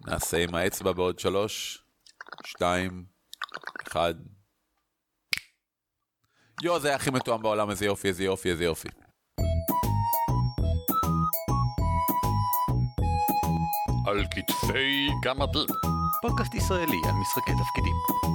נעשה עם האצבע בעוד 3, 2, 1. יו, זה היה הכי מתואם בעולם, איזה יופי, איזה יופי, איזה יופי. על כתפי גמדים, פודקאסט ישראלי על משחקי תפקידים.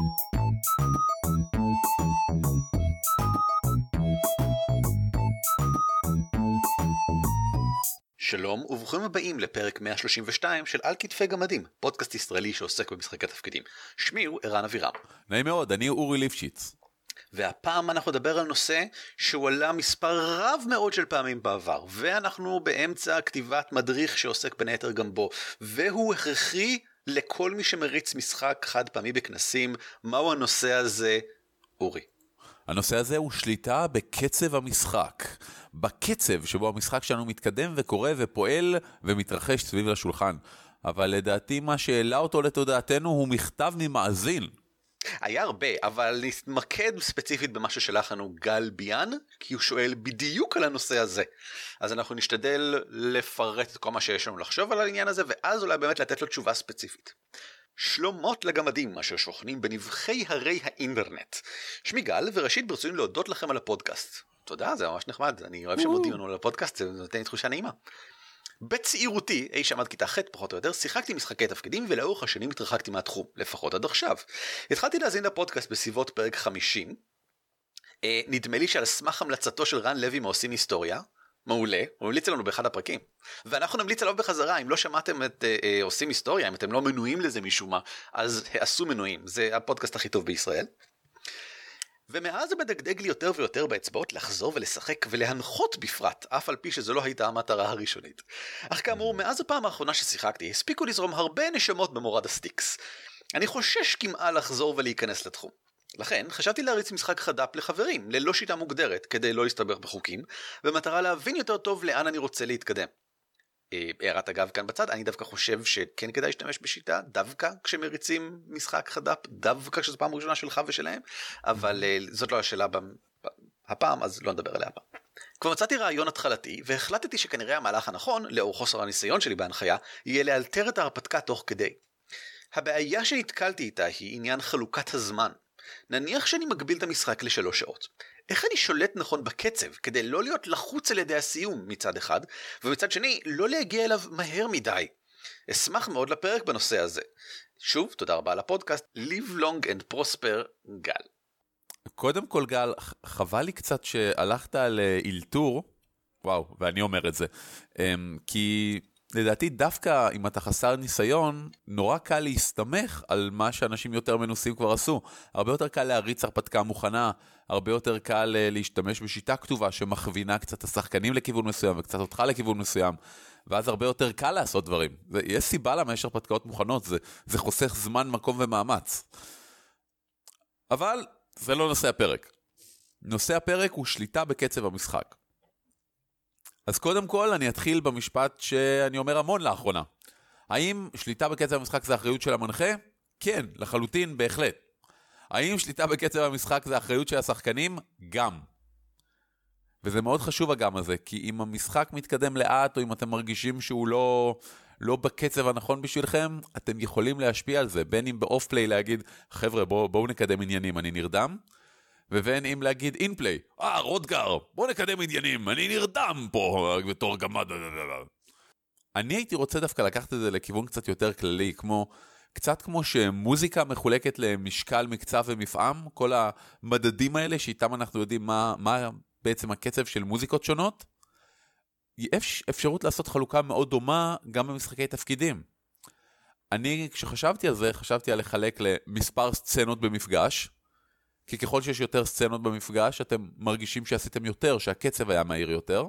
שלום וברוכים הבאים לפרק 132 של על כתפי גמדים, פודקאסט ישראלי שעוסק במשחקי תפקידים. שמי הוא ערן אבירם. נעים מאוד, אני אורי ליפשיץ. והפעם אנחנו נדבר על נושא שהוא עלה מספר רב מאוד של פעמים בעבר, ואנחנו באמצע כתיבת מדריך שעוסק בין היתר גם בו, והוא הכרחי לכל מי שמריץ משחק חד פעמי בכנסים. מהו הנושא הזה, אורי? הנושא הזה הוא שליטה בקצב המשחק, בקצב שבו המשחק שלנו מתקדם וקורה ופועל ומתרחש סביב לשולחן. אבל לדעתי מה שהעלה אותו לתודעתנו הוא מכתב ממאזין. היה הרבה, אבל נתמקד ספציפית במה ששלח לנו גל ביאן, כי הוא שואל בדיוק על הנושא הזה. אז אנחנו נשתדל לפרט את כל מה שיש לנו לחשוב על העניין הזה, ואז אולי באמת לתת לו תשובה ספציפית. שלומות לגמדים אשר שוכנים בנבחי הרי האינטרנט. שמי גל, וראשית ברצוני להודות לכם על הפודקאסט. תודה, זה ממש נחמד, אני אוהב שמודיעים לנו על הפודקאסט, זה נותן לי תחושה נעימה. בצעירותי, אי שם עד כיתה ח' פחות או יותר, שיחקתי משחקי תפקידים ולאורך השנים התרחקתי מהתחום, לפחות עד עכשיו. התחלתי להזין לפודקאסט בסביבות פרק 50, נדמה לי שעל סמך המלצתו של רן לוי מעושים היסטוריה, מעולה, הוא המליץ לנו באחד הפרקים, ואנחנו נמליץ עליו בחזרה. אם לא שמעתם את עושים היסטוריה, אם אתם לא מנויים לזה משום מה, אז עשו מנויים, זה הפודקאסט הכי טוב בישראל. ומאז זה מדגדג לי יותר ויותר באצבעות לחזור ולשחק ולהנחות בפרט, אף על פי שזו לא הייתה המטרה הראשונית. אך כאמור, מאז הפעם האחרונה ששיחקתי, הספיקו לזרום הרבה נשמות במורד הסטיקס. אני חושש כמעה לחזור ולהיכנס לתחום. לכן חשבתי להריץ משחק חד"פ לחברים, ללא שיטה מוגדרת, כדי לא להסתבך בחוקים, במטרה להבין יותר טוב לאן אני רוצה להתקדם. הערת אגב כאן בצד, אני דווקא חושב שכן כדאי להשתמש בשיטה, דווקא כשמריצים משחק חד"פ, דווקא כשזו פעם ראשונה שלך ושלהם, אבל זאת לא השאלה הפעם, אז לא נדבר עליה הפעם. כבר מצאתי רעיון התחלתי, והחלטתי שכנראה המהלך הנכון, לאור חוסר הניסיון שלי בהנחיה, יהיה לאלתר את ההרפתקה תוך כדי. הבעיה שנתקלתי איתה היא עניין חלוקת הזמן. נניח שאני מגביל את המשחק ל3 שעות. איך אני שולט נכון בקצב כדי לא להיות לחוץ על ידי הסיום מצד אחד, ומצד שני לא להגיע אליו מהר מדי? אשמח מאוד לפרק בנושא הזה. שוב, תודה רבה על הפודקאסט. Live long and prosper, גל. קודם כל גל, חבל לי קצת שהלכת על אילתור, וואו, ואני אומר את זה, כי לדעתי דווקא אם אתה חסר ניסיון, נורא קל להסתמך על מה שאנשים יותר מנוסים כבר עשו. הרבה יותר קל להריץ הרפתקה מוכנה, הרבה יותר קל להשתמש בשיטה כתובה שמכווינה קצת את השחקנים לכיוון מסוים וקצת אותך לכיוון מסוים, ואז הרבה יותר קל לעשות דברים. יש סיבה למה יש הרפתקאות מוכנות, זה חוסך זמן, מקום ומאמץ. אבל זה לא נושא הפרק. נושא הפרק הוא שליטה בקצב המשחק. אז קודם כל אני אתחיל במשפט שאני אומר המון לאחרונה. האם שליטה בקצב המשחק זה אחריות של המנחה? כן, לחלוטין, בהחלט. האם שליטה בקצב המשחק זה אחריות של השחקנים? גם. וזה מאוד חשוב הגם הזה, כי אם המשחק מתקדם לאט, או אם אתם מרגישים שהוא לא בקצב הנכון בשבילכם, אתם יכולים להשפיע על זה, בין אם באוף פליי להגיד, חבר'ה בואו נקדם עניינים, אני נרדם, ובין אם להגיד אינפליי, רודגר, בוא נקדם עניינים, אני נרדם פה בתור גמד. אני הייתי רוצה דווקא לקחת את זה לכיוון קצת יותר כללי, קצת כמו שמוזיקה מחולקת למשקל, מקצב ומפעם, כל המדדים האלה שאיתם אנחנו יודעים מה בעצם הקצב של מוזיקות שונות, יש אפשרות לעשות חלוקה מאוד דומה גם במשחקי תפקידים. אני כשחשבתי על זה, חשבתי על לחלק למספר סצנות במפגש, כי ככל שיש יותר סצנות במפגש, אתם מרגישים שעשיתם יותר, שהקצב היה מהיר יותר.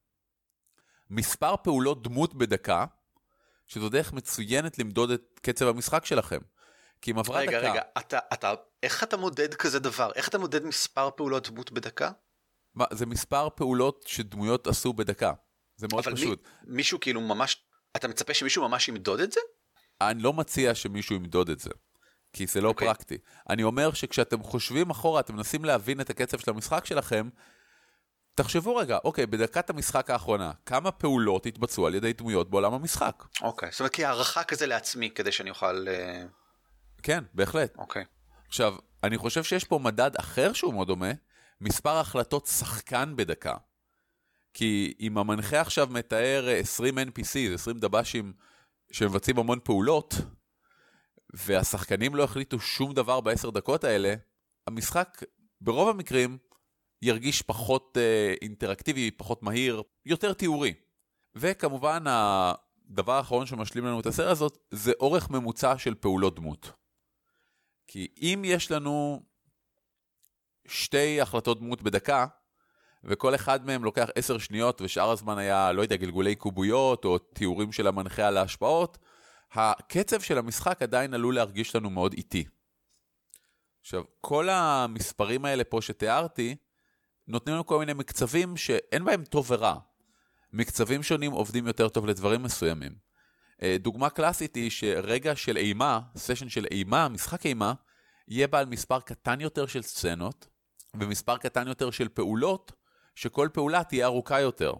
מספר פעולות דמות בדקה, שזו דרך מצוינת למדוד את קצב המשחק שלכם. כי אם עברה דקה... רגע, איך אתה מודד כזה דבר? איך אתה מודד מספר פעולות דמות בדקה? זה מספר פעולות שדמויות עשו בדקה. זה מאוד פשוט. מישהו כאילו ממש... אתה מצפה שמישהו ממש ימדוד את זה? אני לא מציע שמישהו ימדוד את זה. כי זה לא פרקטי. אני אומר שכשאתם חושבים אחורה, אתם מנסים להבין את הקצב של המשחק שלכם, תחשבו רגע, אוקיי, בדקת המשחק האחרונה, כמה פעולות התבצעו על ידי דמויות בעולם המשחק? אוקיי, זאת אומרת, כהערכה כזה לעצמי, כדי שאני אוכל... כן, בהחלט. אוקיי. עכשיו, אני חושב שיש פה מדד אחר שהוא מאוד דומה, מספר החלטות שחקן בדקה. כי אם המנחה עכשיו מתאר 20 NPCs, 20 דב"שים שמבצעים המון פעולות, והשחקנים לא החליטו שום דבר ב10 דקות האלה, המשחק ברוב המקרים ירגיש פחות אינטראקטיבי, פחות מהיר, יותר תיאורי. וכמובן, הדבר האחרון שמשלים לנו את הסרט הזאת, זה אורך ממוצע של פעולות דמות. כי אם יש לנו 2 החלטות דמות בדקה, וכל אחד מהם לוקח 10 שניות, ושאר הזמן היה, לא יודע, גלגולי קוביות, או תיאורים של המנחה על ההשפעות, הקצב של המשחק עדיין עלול להרגיש לנו מאוד איטי. עכשיו, כל המספרים האלה פה שתיארתי, נותנים לנו כל מיני מקצבים שאין בהם טוב ורע. מקצבים שונים עובדים יותר טוב לדברים מסוימים. דוגמה קלאסית היא שרגע של אימה, סשן של אימה, משחק אימה, יהיה בעל מספר קטן יותר של סצנות, ומספר קטן יותר של פעולות, שכל פעולה תהיה ארוכה יותר.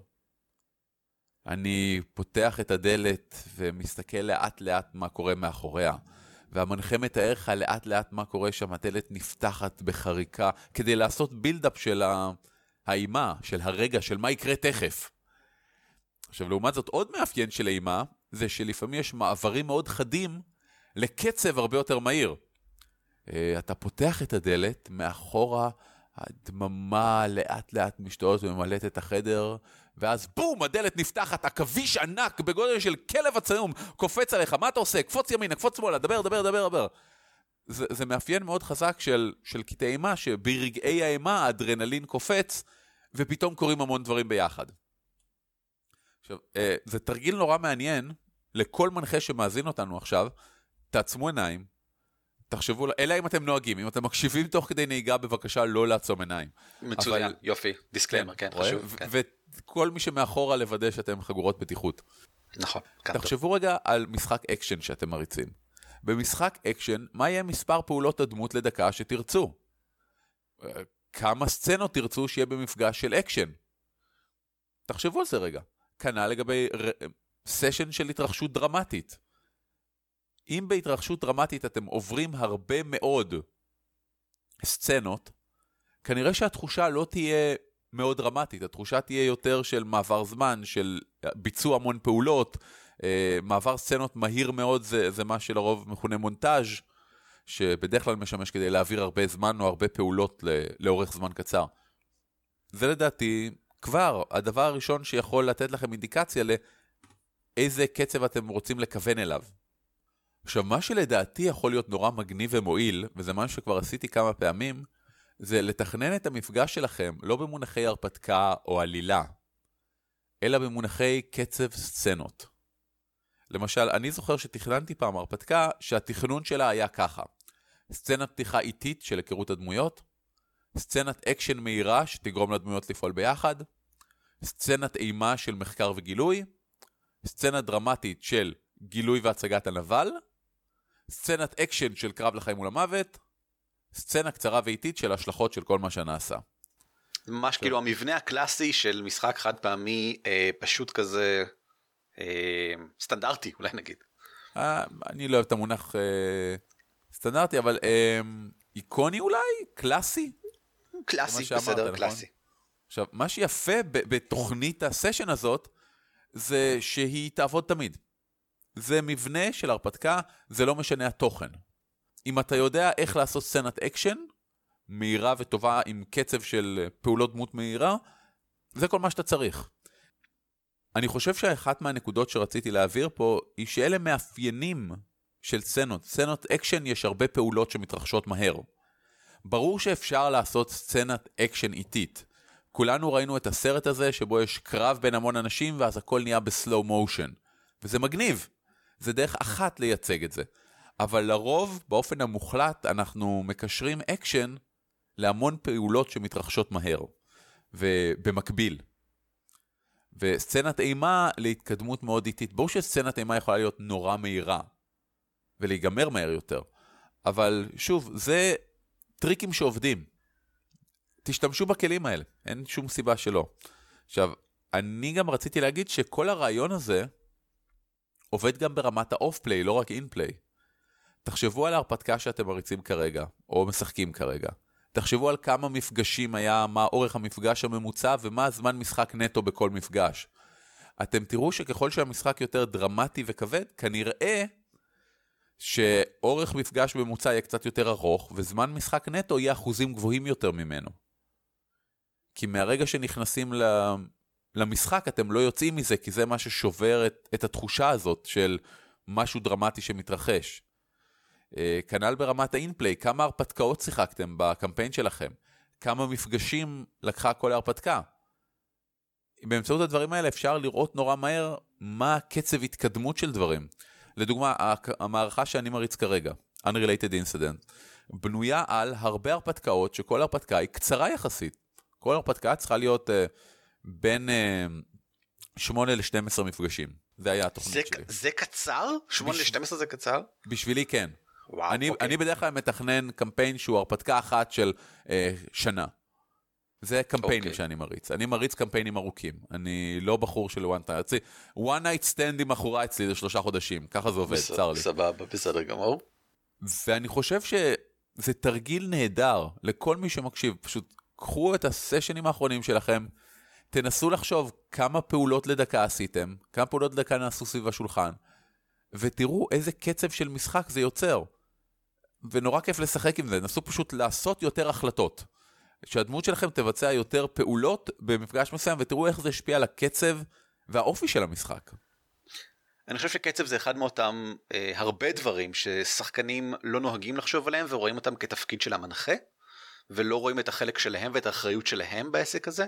אני פותח את הדלת ומסתכל לאט לאט מה קורה מאחוריה, והמנחה מתאר לך לאט לאט מה קורה שם, הדלת נפתחת בחריקה, כדי לעשות בילדאפ של האימה, של הרגע, של מה יקרה תכף. עכשיו, לעומת זאת, עוד מאפיין של אימה, זה שלפעמים יש מעברים מאוד חדים, לקצב הרבה יותר מהיר. אתה פותח את הדלת, מאחורה הדממה לאט לאט משתאות וממלאת את החדר, ואז בום, הדלת נפתחת, עכביש ענק בגודל של כלב עצום, קופץ עליך, מה אתה עושה? קפוץ ימינה, קפוץ שמאלה, דבר. זה מאפיין מאוד חזק של קטעי אימה, שברגעי האימה האדרנלין קופץ, ופתאום קורים המון דברים ביחד. עכשיו, זה תרגיל נורא מעניין, לכל מנחה שמאזין אותנו עכשיו, תעצמו עיניים, תחשבו, אלא אם אתם נוהגים, אם אתם מקשיבים תוך כדי נהיגה, בבקשה לא לעצום עיניים. מצוין, אבל... יופי, דיסקלמר, כן, חשוב. כן. וכל מי שמאחורה לוודא שאתם חגורות בטיחות. נכון. תחשבו רגע על משחק אקשן שאתם מריצים. במשחק אקשן, מה יהיה מספר פעולות הדמות לדקה שתרצו? כמה סצנות תרצו שיהיה במפגש של אקשן? תחשבו על זה רגע. כנ"ל לגבי סשן של התרחשות דרמטית. אם בהתרחשות דרמטית אתם עוברים הרבה מאוד סצנות, כנראה שהתחושה לא תהיה מאוד דרמטית, התחושה תהיה יותר של מעבר זמן, של ביצוע המון פעולות, מעבר סצנות מהיר מאוד, זה מה שלרוב מכונה מונטאז', שבדרך כלל משמש כדי להעביר הרבה זמן או הרבה פעולות לאורך זמן קצר. זה לדעתי כבר הדבר הראשון שיכול לתת לכם אינדיקציה לאיזה קצב אתם רוצים לכוון אליו. עכשיו, מה שלדעתי יכול להיות נורא מגניב ומועיל, וזה מה שכבר עשיתי כמה פעמים, זה לתכנן את המפגש שלכם לא במונחי הרפתקה או עלילה, אלא במונחי קצב סצנות. למשל, אני זוכר שתכננתי פעם הרפתקה שהתכנון שלה היה ככה. סצנת פתיחה איטית של היכרות הדמויות, סצנת אקשן מהירה שתגרום לדמויות לפעול ביחד, סצנת אימה של מחקר וגילוי, סצנה דרמטית של גילוי והצגת הנבל, סצנת אקשן של קרב לחיים ולמוות, סצנה קצרה ואיטית של השלכות של כל מה שנעשה. ממש כאילו המבנה הקלאסי של משחק חד פעמי, פשוט כזה סטנדרטי, אולי נגיד. אני לא אוהב את המונח סטנדרטי, אבל איקוני אולי? קלאסי? קלאסי, בסדר, קלאסי. עכשיו, מה שיפה בתוכנית הסשן הזאת, זה שהיא תעבוד תמיד. זה מבנה של הרפתקה, זה לא משנה התוכן. אם אתה יודע איך לעשות סצנת אקשן, מהירה וטובה עם קצב של פעולות דמות מהירה, זה כל מה שאתה צריך. אני חושב שאחת מהנקודות שרציתי להעביר פה, היא שאלה מאפיינים של סצנות. סצנות אקשן יש הרבה פעולות שמתרחשות מהר. ברור שאפשר לעשות סצנת אקשן איטית. כולנו ראינו את הסרט הזה שבו יש קרב בין המון אנשים, ואז הכל נהיה בסלואו מושן. וזה מגניב. זה דרך אחת לייצג את זה. אבל לרוב, באופן המוחלט, אנחנו מקשרים אקשן להמון פעולות שמתרחשות מהר. ובמקביל. וסצנת אימה להתקדמות מאוד איטית. ברור שסצנת אימה יכולה להיות נורא מהירה. ולהיגמר מהר יותר. אבל שוב, זה טריקים שעובדים. תשתמשו בכלים האלה, אין שום סיבה שלא. עכשיו, אני גם רציתי להגיד שכל הרעיון הזה עובד גם ברמת האוף-פליי, לא רק אין-פליי. תחשבו על ההרפתקה שאתם מריצים כרגע, או משחקים כרגע. תחשבו על כמה מפגשים היה, מה אורך המפגש הממוצע, ומה הזמן משחק נטו בכל מפגש. אתם תראו שככל שהמשחק יותר דרמטי וכבד, כנראה שאורך מפגש ממוצע יהיה קצת יותר ארוך, וזמן משחק נטו יהיה אחוזים גבוהים יותר ממנו. כי מהרגע שנכנסים למשחק, אתם לא יוצאים מזה, כי זה מה ששובר את התחושה הזאת של משהו דרמטי שמתרחש. כנ"ל ברמת האינפליי, כמה הרפתקאות שיחקתם בקמפיין שלכם? כמה מפגשים לקחה כל ההרפתקה? באמצעות הדברים האלה אפשר לראות נורא מהר מה קצב התקדמות של דברים. לדוגמה, המערכה שאני מריץ כרגע, Unrelated Incident, בנויה על הרבה הרפתקאות, שכל הרפתקה היא קצרה יחסית. כל הרפתקה צריכה להיות בין 8 ל-12 מפגשים. זה היה התוכנית שלי. זה קצר? 8 ל-12 זה קצר? בשבילי כן. וואו, אני בדרך כלל מתכנן קמפיין שהוא הרפתקה אחת של שנה. זה קמפיינים שאני מריץ. אני מריץ קמפיינים ארוכים. אני לא בחור של one night stand עם אחורה אצלי ל3 חודשים. ככה זה עובד, צר לי. סבבה, בסדר גמור. ואני חושב שזה תרגיל נהדר לכל מי שמקשיב. פשוט קחו את הסשנים האחרונים שלכם, תנסו לחשוב כמה פעולות לדקה עשיתם, כמה פעולות לדקה נעשו סביב השולחן, ותראו איזה קצב של משחק זה יוצר. ונורא כיף לשחק עם זה. נסו פשוט לעשות יותר החלטות. שהדמות שלכם תבצע יותר פעולות במפגש מסוים, ותראו איך זה השפיע על הקצב והאופי של המשחק. אני חושב שקצב זה אחד מאותם הרבה דברים ששחקנים לא נוהגים לחשוב עליהם, ורואים אותם כתפקיד של המנחה, ולא רואים את החלק שלהם ואת האחריות שלהם בעסק הזה.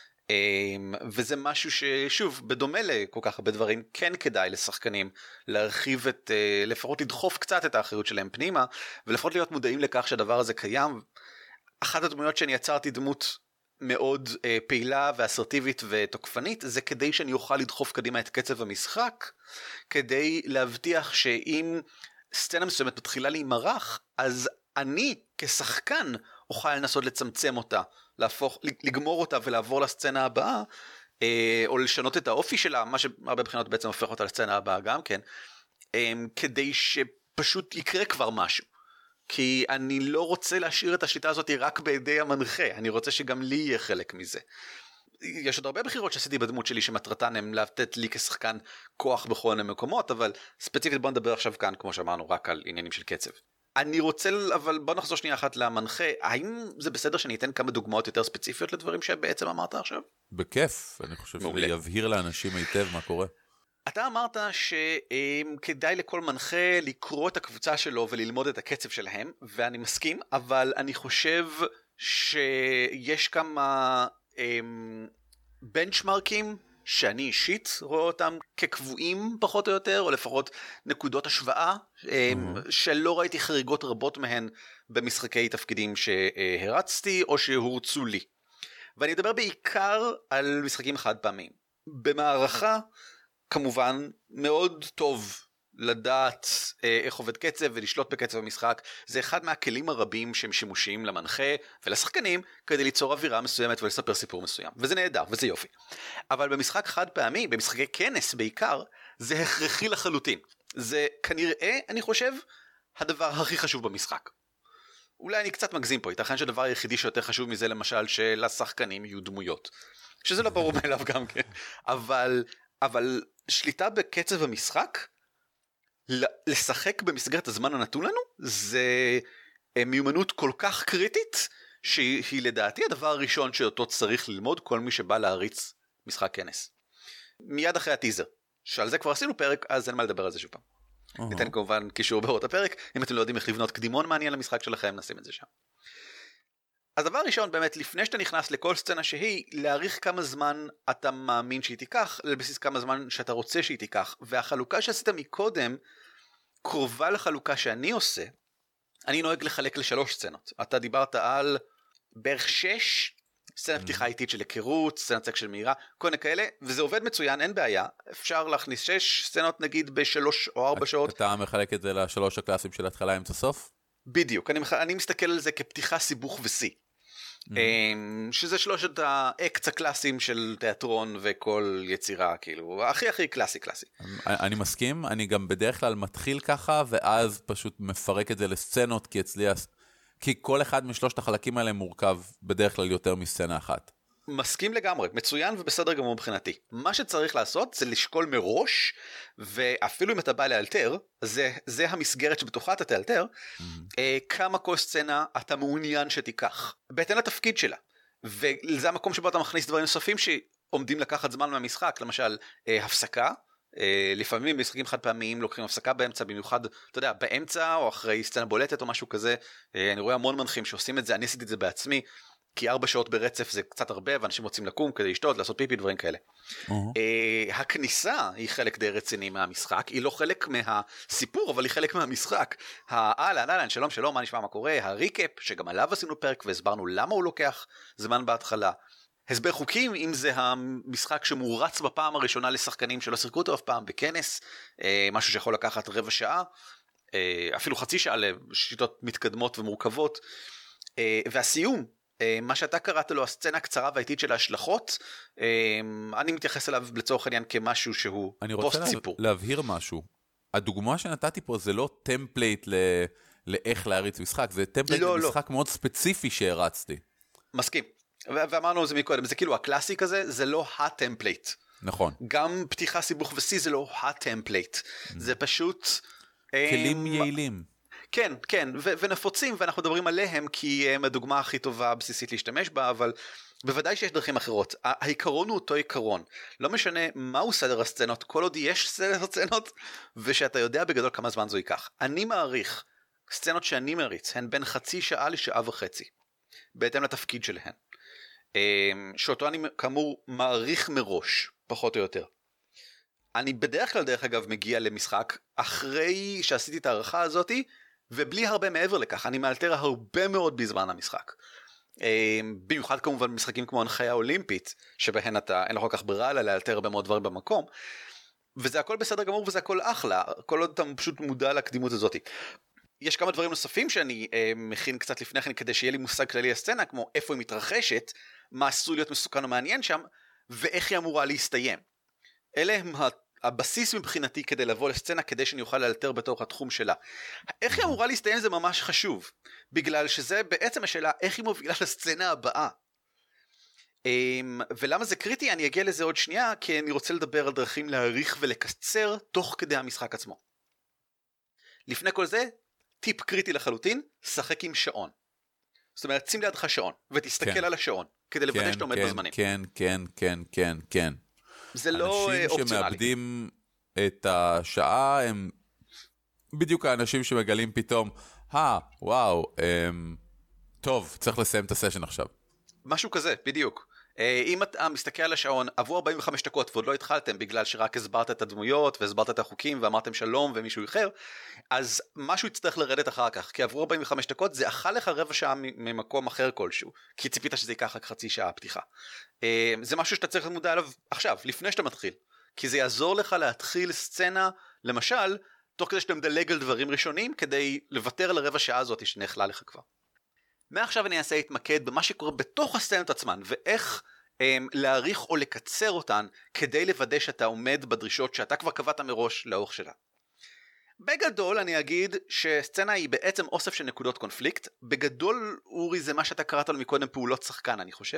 וזה משהו ששוב, בדומה לכל כך הרבה דברים, כן כדאי לשחקנים להרחיב לפחות לדחוף קצת את האחריות שלהם פנימה, ולפחות להיות מודעים לכך שהדבר הזה קיים. אחת הדמויות שאני יצרתי דמות מאוד פעילה ואסרטיבית ותוקפנית, זה כדי שאני אוכל לדחוף קדימה את קצב המשחק, כדי להבטיח שאם סצנה מסוימת מתחילה להימרח, אז אני כשחקן אוכל לנסות לצמצם אותה, לגמור אותה ולעבור לסצנה הבאה, או לשנות את האופי שלה, מה שהרבה בחינות בעצם הופך אותה לסצנה הבאה גם כן, כדי שפשוט יקרה כבר משהו. כי אני לא רוצה להשאיר את השיטה הזאת רק בידי המנחה, אני רוצה שגם לי יהיה חלק מזה. יש עוד הרבה בחירות שעשיתי בדמות שלי שמטרתן הם לתת לי כשחקן כוח בכל מיני מקומות, אבל ספציפית בוא נדבר עכשיו כאן, כמו שאמרנו, רק על עניינים של קצב. אני רוצה, אבל בוא נחזור שנייה אחת למנחה, האם זה בסדר שאני אתן כמה דוגמאות יותר ספציפיות לדברים שבעצם אמרת עכשיו? בכיף, אני חושב שזה יבהיר לאנשים היטב מה קורה. אתה אמרת שכדאי לכל מנחה לקרוא את הקבוצה שלו וללמוד את הקצב שלהם, ואני מסכים, אבל אני חושב שיש כמה בנצ'מרקים שאני אישית רואה אותם כקבועים פחות או יותר, או לפחות נקודות השוואה, שלא ראיתי חריגות רבות מהן במשחקי תפקידים שהרצתי או שהורצו לי. ואני אדבר בעיקר על משחקים חד פעמים. במערכה, כמובן, מאוד טוב לדעת איך עובד קצב ולשלוט בקצב המשחק. זה אחד מהכלים הרבים שהם שימושיים למנחה ולשחקנים כדי ליצור אווירה מסוימת ולספר סיפור מסוים. וזה נהדר וזה יופי. אבל במשחק חד פעמי, במשחקי כנס בעיקר, זה הכרחי לחלוטין. זה כנראה, אני חושב, הדבר הכי חשוב במשחק. אולי אני קצת מגזים פה, ייתכן שהדבר היחידי שיותר חשוב מזה למשל שלשחקנים יהיו דמויות. שזה לא ברור מאליו גם כן. אבל שליטה בקצב המשחק, לשחק במסגרת הזמן הנתון לנו, זה מיומנות כל כך קריטית, שהיא לדעתי הדבר הראשון שאותו צריך ללמוד כל מי שבא להריץ משחק כנס. מיד אחרי הטיזר, שעל זה כבר עשינו פרק, אז אין מה לדבר על זה שוב פעם. ניתן כמובן קישור בהוראות הפרק, אם אתם לא יודעים איך לבנות קדימון מעניין למשחק שלכם, נשים את זה שם. הדבר הראשון באמת, לפני שאתה נכנס לכל סצנה שהיא, להעריך כמה זמן אתה מאמין שהיא תיקח, לבסיס כמה זמן שאתה רוצה שהיא תיקח, והחלוקה שעשית מקודם, קרובה לחלוקה שאני עושה, אני נוהג לחלק ל3 סצנות. אתה דיברת על בערך 6, סצנה פתיחה איטית של היכרות, סצנה צק של מהירה, כל מיני כאלה, וזה עובד מצוין, אין בעיה, אפשר להכניס 6 סצנות נגיד ב3 או 4 שעות. אתה מחלק את זה ל3 הקלאסים של התחלה אמצע סוף? בדיוק, אני מסתכל על זה כפתיחה, סיבוך וסי. שזה שלושת האקט הקלאסיים של תיאטרון וכל יצירה, כאילו, הכי קלאסי. אני מסכים, אני גם בדרך כלל מתחיל ככה, ואז פשוט מפרק את זה לסצנות, כי כל אחד משלושת החלקים האלה מורכב בדרך כלל יותר מסצנה אחת. מסכים לגמרי, מצוין ובסדר גמור מבחינתי. מה שצריך לעשות זה לשקול מראש, ואפילו אם אתה בא לאלתר, זה המסגרת שבתוכה אתה תאלתר, כמה כל סצנה אתה מעוניין שתיקח, בהתאם לתפקיד שלה. וזה המקום שבו אתה מכניס דברים נוספים שעומדים לקחת זמן מהמשחק, למשל הפסקה, לפעמים במשחקים חד פעמיים לוקחים הפסקה באמצע, במיוחד, אתה יודע, באמצע או אחרי סצנה בולטת או משהו כזה. אני רואה המון מנחים שעושים את זה, אני עשיתי את זה בעצמי, כי 4 שעות ברצף זה קצת הרבה, ואנשים רוצים לקום כדי לשתות, לעשות פיפי, דברים כאלה. הכניסה היא חלק די רציני מהמשחק, היא לא חלק מהסיפור, אבל היא חלק מהמשחק. אהלן, שלום, מה נשמע, מה קורה, הריקאפ, שגם עליו עשינו פרק, והסברנו למה הוא לוקח זמן בהתחלה. הסבר חוקים, אם זה המשחק שמורץ בפעם הראשונה לשחקנים שלא שיחקו אותו אף פעם בכנס, משהו שיכול לקחת רבע שעה, אפילו חצי שעה לשיטות מתקדמות ומורכבות, והסיום, מה שאתה קראת לו הסצנה הקצרה והאיטית של ההשלכות, אני מתייחס אליו לצורך העניין כמשהו שהוא פוסט סיפור. אני רוצה להבהיר משהו. הדוגמה שנתתי פה זה לא טמפלייט לאיך להריץ משחק, זה טמפלייט למשחק מאוד ספציפי שהרצתי. מסכים. ואמרנו את זה מקודם, זה כאילו הקלאסי כזה, זה לא הטמפלייט. נכון. גם פתיחה, סיבוך וסי זה לא הטמפלייט. זה פשוט כלים יעילים. כן, ונפוצים, ואנחנו מדברים עליהם כי הם הדוגמה הכי טובה הבסיסית להשתמש בה, אבל בוודאי שיש דרכים אחרות. העיקרון הוא אותו עיקרון. לא משנה מהו סדר הסצנות, כל עוד יש סדר הסצנות, ושאתה יודע בגדול כמה זמן זו ייקח. אני מעריך, סצנות שאני מריץ, הן בין חצי שעה לשעה וחצי, בהתאם לתפקיד שלהן. שאותו אני כאמור מעריך מראש, פחות או יותר. אני בדרך כלל, דרך אגב, מגיע למשחק, אחרי שעשיתי את הערכה הזאת, ובלי הרבה מעבר לכך, אני מאלתר הרבה מאוד בזמן המשחק. במיוחד כמובן משחקים כמו הנחיה אולימפית, שבהן אין לך כל כך ברירה אלא לאלתר הרבה מאוד דברים במקום, וזה הכל בסדר גמור וזה הכל אחלה, כל עוד אתה פשוט מודע לקדימות הזאת. יש כמה דברים נוספים שאני מכין קצת לפני כן, כדי שיהיה לי מושג כללי הסצנה, כמו איפה היא מתרחשת, מה עשוי להיות מסוכן או מעניין שם, ואיך היא אמורה להסתיים. אלה הם הבסיס מבחינתי כדי לבוא לסצנה, כדי שאני אוכל לאלתר בתוך התחום שלה. איך היא אמורה להסתיים זה ממש חשוב, בגלל שזה בעצם השאלה איך היא מובילה לסצנה הבאה. ולמה זה קריטי? אני אגיע לזה עוד שנייה, כי אני רוצה לדבר על דרכים להאריך ולקצר תוך כדי המשחק עצמו. לפני כל זה, טיפ קריטי לחלוטין, שחק עם שעון. זאת אומרת, שים לידך שעון, ותסתכל על השעון, כדי לוודא שאתה עומד בזמנים. כן. זה לא אופציונלי. אנשים שמאבדים את השעה, הם בדיוק האנשים שמגלים פתאום, וואו, טוב, צריך לסיים את הסשן עכשיו. משהו כזה, בדיוק. אם אתה מסתכל על השעון, עברו 45 דקות ועוד לא התחלתם, בגלל שרק הסברת את הדמויות, והסברת את החוקים, ואמרתם שלום ומישהו אחר, אז משהו יצטרך לרדת אחר כך, כי עברו 45 דקות, זה אכל לך רבע שעה ממקום אחר כלשהו, כי ציפית שזה ייקח רק חצי שעה פתיחה. זה משהו שאתה צריך למודע עליו עכשיו, לפני שאתה מתחיל, כי זה יעזור לך להתחיל סצנה, למשל, תוך כדי שאתה מדלג על דברים ראשונים, כדי לוותר על הרבע שעה הזאת שנאכלה לך כבר. מעכשיו אני אעשה להתמקד במה שקורה בתוך הסצנות עצמן, ואיך להאריך או לקצר אותן, כדי לוודא שאתה עומד בדרישות שאתה כבר קבעת מראש לאורך שלה. בגדול אני אגיד שסצנה היא בעצם אוסף של נקודות קונפליקט, בגדול אורי זה מה שאתה קראת לו מקודם פעולות שחקן אני חושב.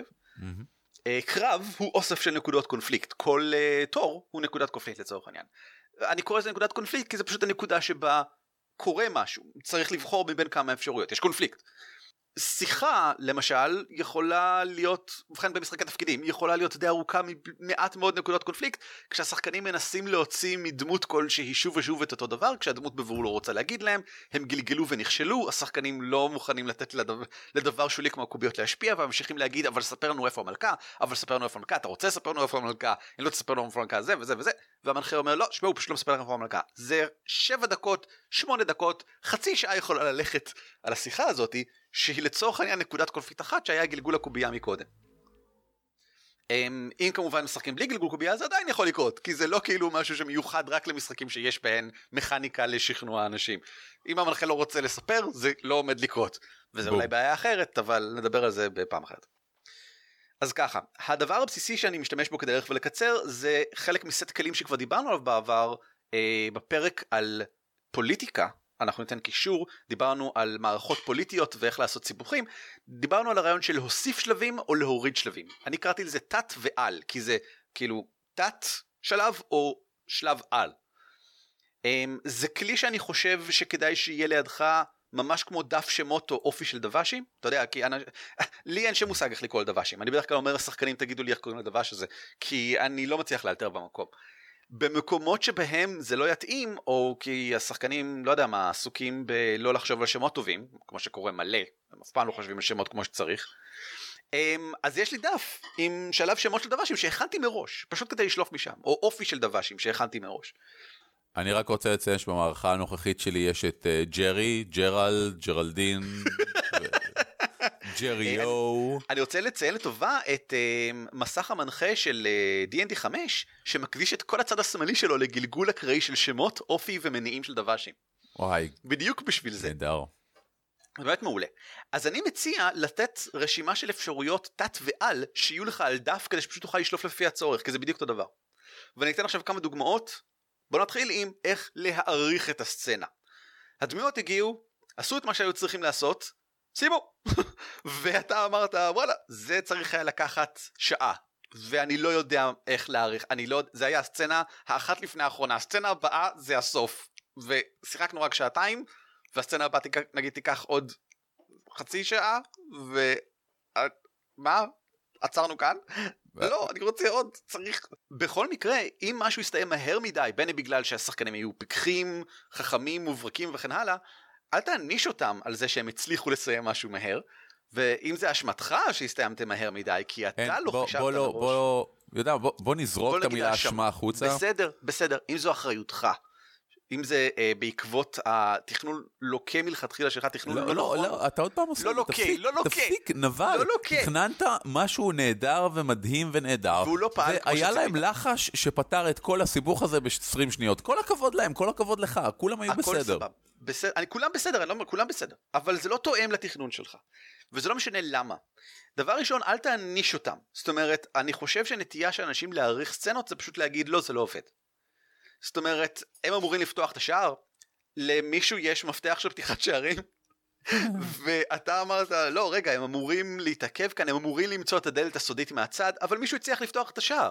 קרב הוא אוסף של נקודות קונפליקט, כל תור הוא נקודת קונפליקט לצורך העניין. אני קורא לזה נקודת קונפליקט כי זה פשוט הנקודה שבה קורה משהו, צריך לבחור מבין כמה אפשרויות, יש קונפליקט. שיחה למשל יכולה להיות, ובכן במשחקי תפקידים, יכולה להיות די ארוכה ממעט מאוד נקודות קונפליקט, כשהשחקנים מנסים להוציא מדמות כלשהי שוב ושוב את אותו דבר, כשהדמות בבירור לא רוצה להגיד להם, הם גלגלו ונכשלו, השחקנים לא מוכנים לתת לדבר שולי כמו הקוביות להשפיע, וממשיכים להגיד, אבל ספר לנו איפה המלכה, אתה רוצה לספר לנו איפה המלכה, אני לא תספר לנו איפה המלכה, זה וזה וזה, והמנחה אומר, לא, שמעו, פשוט לא מספר לנו איפה המלכה. זה 7 דקות, 8 דקות, חצי שעה יכולה ללכת על השיחה הזאת, שהיא לצורך העניין נקודת קונפליקט אחת שהיה גלגול הקובייה מקודם. אם כמובן משחקים בלי גלגול קובייה זה עדיין יכול לקרות, כי זה לא כאילו משהו שמיוחד רק למשחקים שיש בהן מכניקה לשכנוע האנשים. אם המנחה לא רוצה לספר זה לא עומד לקרות, וזה אולי בעיה אחרת, אבל נדבר על זה בפעם אחרת. אז ככה, הדבר הבסיסי שאני משתמש בו כדי ללכת ולקצר זה חלק מסט כלים שכבר דיברנו עליו בעבר בפרק על פוליטיקה. אנחנו ניתן קישור, דיברנו על מערכות פוליטיות ואיך לעשות סיבוכים, דיברנו על הרעיון של להוסיף שלבים או להוריד שלבים. אני קראתי לזה תת ועל, כי זה כאילו תת שלב או שלב על. זה כלי שאני חושב שכדאי שיהיה לידך ממש כמו דף שמות או אופי של דבשים. אתה יודע, כי לי אין שם מושג איך לקרוא לדבשים. אני בדרך כלל אומר לשחקנים תגידו לי איך קוראים לדבש הזה, כי אני לא מצליח לאלתר במקום. במקומות שבהם זה לא יתאים, או כי השחקנים, לא יודע מה, עסוקים בלא לחשוב על שמות טובים, כמו שקורה מלא, הם אף פעם לא חושבים על שמות כמו שצריך, אז יש לי דף עם שלב שמות של דבשים שהכנתי מראש, פשוט כדי לשלוף משם, או אופי של דבשים שהכנתי מראש. אני רק רוצה לציין שבמערכה הנוכחית שלי יש את ג'רי, ג'רלד, ג'רלדין, ג'ריו. אני רוצה לציין לטובה את מסך המנחה של D&D 5, שמקדיש את כל הצד השמאלי שלו לגלגול אקראי של שמות, אופי ומניעים של דבשים. וואי. בדיוק בשביל זה. נהדר. באמת מעולה. אז אני מציע לתת רשימה של אפשרויות תת ועל, שיהיו לך על דף, כדי שפשוט תוכל לשלוף לפי הצורך, כי זה בדיוק אותו דבר. ואני אתן עכשיו כמה דוגמאות. בוא נתחיל עם איך להעריך את הסצנה. הדמויות הגיעו, עשו את מה שהיו צריכים לעשות, שימו. ואתה אמרת, וואלה, זה צריך היה לקחת שעה. ואני לא יודע איך להעריך. זה היה הסצנה האחת לפני האחרונה. הסצנה הבאה זה הסוף. ושיחקנו רק שעתיים, והסצנה הבאה נגיד תיקח עוד חצי שעה, מה? עצרנו כאן? לא, אני רוצה עוד, צריך. בכל מקרה, אם משהו יסתיים מהר מדי, בין בגלל שהשחקנים יהיו פיקחים, חכמים, מוברקים וכן הלאה, אל תעניש אותם על זה שהם הצליחו לסיים משהו מהר, ואם זה אשמתך שהסתיימתם מהר מדי, כי אתה לא חישבת מראש. בוא נזרוק את המילה אשמה החוצה. בסדר, אם זו אחריותך. אם זה בעקבות התכנון לוקה מלכתחילה שלך, תכנון לא נכון. לא, אתה עוד פעם עושה. לא לוקה. תפסיק, נבל. תכננת משהו נהדר ומדהים ונהדר. והוא לא פעל כמו והיה להם לחש שפתר את כל הסיבוך הזה ב-20 שניות. כל הכבוד להם, כל הכבוד לך, כולם היו בסדר. כולם בסדר, אני לא אומר, כולם בסדר. אבל זה לא תואם לתכנון שלך. וזה לא משנה למה. דבר ראשון, אל תעניש אותם. זאת אומרת, אני חושב שנטייה של אנשים להעריך סצנות, זה פשוט להגיד, לא, זה לא עובד. זאת אומרת, הם אמורים לפתוח את השער, למישהו יש מפתח של פתיחת שערים, ואתה אמרת, לא, רגע, הם אמורים להתעכב כאן, הם אמורים למצוא את הדלת הסודית מהצד, אבל מישהו יצליח לפתוח את השער.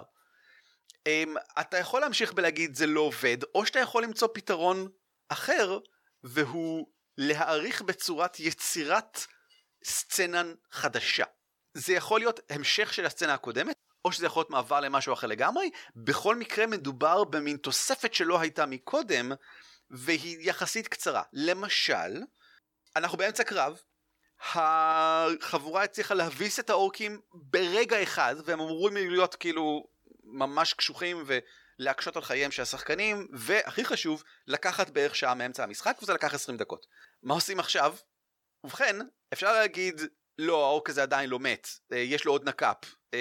אתה יכול להמשיך בלהגיד, זה לא עובד, או שאתה יכול למצוא פתרון אחר, והוא להעריך בצורת יצירת סצנה חדשה. זה יכול להיות המשך של הסצנה הקודמת, או שזה יכול להיות מעבר למשהו אחר לגמרי. בכל מקרה מדובר במין תוספת שלא הייתה מקודם, והיא יחסית קצרה. למשל, אנחנו באמצע קרב, החבורה הצליחה להביס את האורקים ברגע אחד, והם אמורים להיות כאילו ממש קשוחים ולהקשות על חייהם של השחקנים, והכי חשוב, לקחת בערך שעה מאמצע המשחק, וזה לקח 20 דקות. מה עושים עכשיו? ובכן, אפשר להגיד, לא, האורק הזה עדיין לא מת, יש לו עוד נקאפ,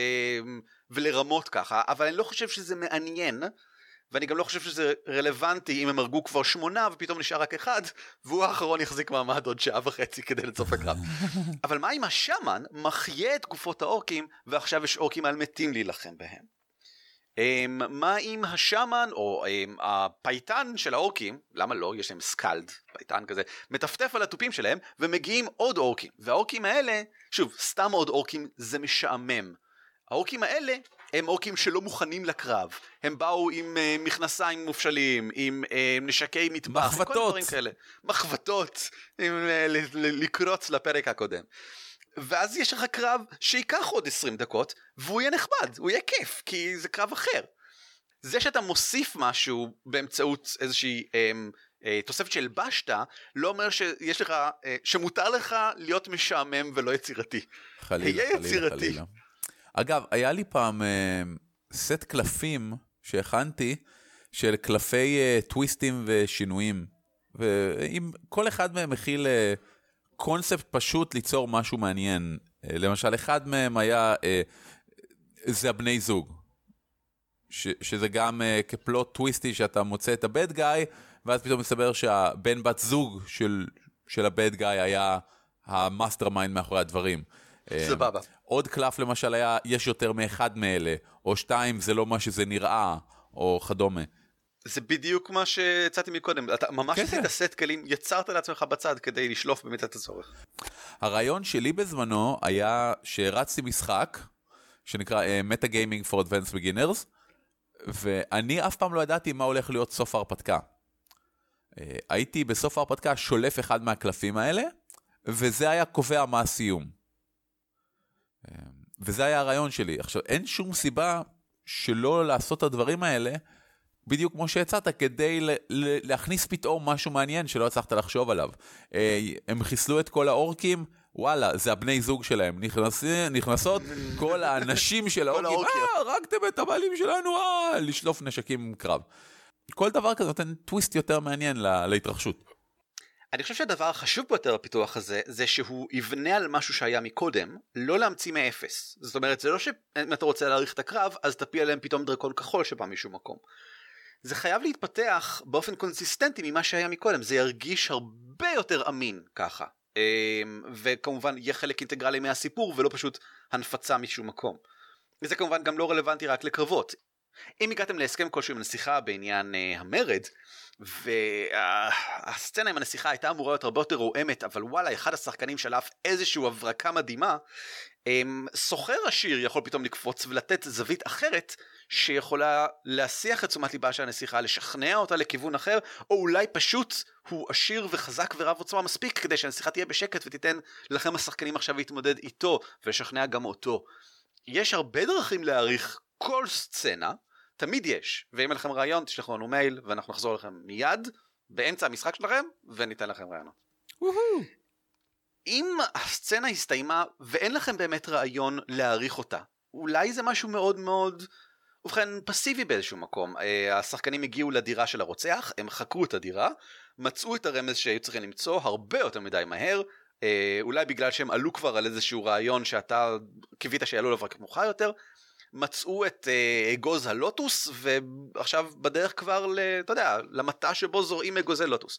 ולרמות ככה, אבל אני לא חושב שזה מעניין, ואני גם לא חושב שזה רלוונטי אם הם הרגו כבר 8 ופתאום נשאר רק 1, והוא האחרון יחזיק מעמד עוד 1.5 שעות כדי לצוף הקרב. אבל מה אם השמן מחיה את גופות האורקים, ועכשיו יש אורקים על מתים להילחם בהם? מה אם השמן או הפייטן של האורקים, למה לא? יש להם סקלד, פייטן כזה, מטפטף על הטופים שלהם, ומגיעים עוד אורקים, והאורקים האלה, שוב, סתם עוד אורקים זה משעמם. האורקים האלה הם אורקים שלא מוכנים לקרב, הם באו עם מכנסיים מופשלים, עם נשקי מטבח, מחבטות. כל דברים כאלה, מחבטות, לקרוץ לפרק הקודם. ואז יש לך קרב שיקח עוד 20 דקות, והוא יהיה נחמד, הוא יהיה כיף, כי זה קרב אחר. זה שאתה מוסיף משהו באמצעות איזושהי תוספת של בשטה, לא אומר שיש לך, שמותר לך להיות משעמם ולא יצירתי. חלילה, חלילה. אגב, היה לי פעם סט קלפים שהכנתי, של קלפי טוויסטים ושינויים, ואם כל אחד מהם מכיל קונספט פשוט ליצור משהו מעניין. למשל, אחד מהם היה זה הבני זוג. שזה גם כפלוט טוויסטי שאתה מוצא את הבד גאי, ואז פתאום מסתבר שהבן בת זוג של הבד גאי היה המאסטר מיינד מאחורי הדברים. סבבה. עוד קלף למשל היה, יש יותר מאחד מאלה, או שתיים, זה לא מה שזה נראה, או כדומה. זה בדיוק מה שהצעתי מקודם, אתה ממש עשית סט כלים, יצרת לעצמך בצד כדי לשלוף במידת הצורך. הרעיון שלי בזמנו היה שרצתי משחק, שנקרא Metagaming for Advanced Beginners, ואני אף פעם לא ידעתי מה הולך להיות סוף ההרפתקה. הייתי בסוף ההרפתקה שולף אחד מהקלפים האלה, וזה היה קובע מה הסיום. וזה היה הרעיון שלי. עכשיו, אין שום סיבה שלא לעשות את הדברים האלה, בדיוק כמו שהצעת, כדי להכניס פתאום משהו מעניין שלא הצלחת לחשוב עליו. הם חיסלו את כל האורקים, וואלה, זה הבני זוג שלהם. נכנסות כל האנשים של האורקים, הרגתם את הבעלים שלנו, לשלוף נשקים קרב. כל דבר כזה נותן טוויסט יותר מעניין להתרחשות. אני חושב שהדבר החשוב ביותר בפיתוח הזה, זה שהוא יבנה על משהו שהיה מקודם, לא להמציא מאפס. זאת אומרת, זה לא שאם אתה רוצה להאריך את הקרב, אז תפיל עליהם פתאום דרקון כחול שבא משום מקום. זה חייב להתפתח באופן קונסיסטנטי ממה שהיה מקודם, זה ירגיש הרבה יותר אמין ככה. וכמובן יהיה חלק אינטגרלי מהסיפור, ולא פשוט הנפצה משום מקום. וזה כמובן גם לא רלוונטי רק לקרבות. אם הגעתם להסכם כלשהו עם הנסיכה בעניין המרד, והסצנה עם הנסיכה הייתה אמורה להיות הרבה יותר רועמת, אבל וואלה, אחד השחקנים שלף איזשהו הברקה מדהימה, סוחר עשיר יכול פתאום לקפוץ ולתת זווית אחרת, שיכולה להסיח את תשומת ליבה של הנסיכה, לשכנע אותה לכיוון אחר, או אולי פשוט הוא עשיר וחזק ורב עוצמה מספיק, כדי שהנסיכה תהיה בשקט ותיתן לכם השחקנים עכשיו להתמודד איתו, ולשכנע גם אותו. יש הרבה דרכים להעריך כל סצנה, תמיד יש, ואם אין לכם רעיון, תשלחו לנו מייל, ואנחנו נחזור לכם מיד, באמצע המשחק שלכם, וניתן לכם רעיונות. אם הסצנה הסתיימה, ואין לכם באמת רעיון להעריך אותה, אולי זה משהו מאוד מאוד, ובכן פסיבי באיזשהו מקום. השחקנים הגיעו לדירה של הרוצח, הם חקרו את הדירה, מצאו את הרמז שהיו צריכים למצוא הרבה יותר מדי מהר, אולי בגלל שהם עלו כבר על איזשהו רעיון שאתה קיווית שיעלו לו רק מאוחר יותר, מצאו את אגוז הלוטוס, ועכשיו בדרך כבר, אתה יודע, למטה שבו זורעים אגוזי לוטוס.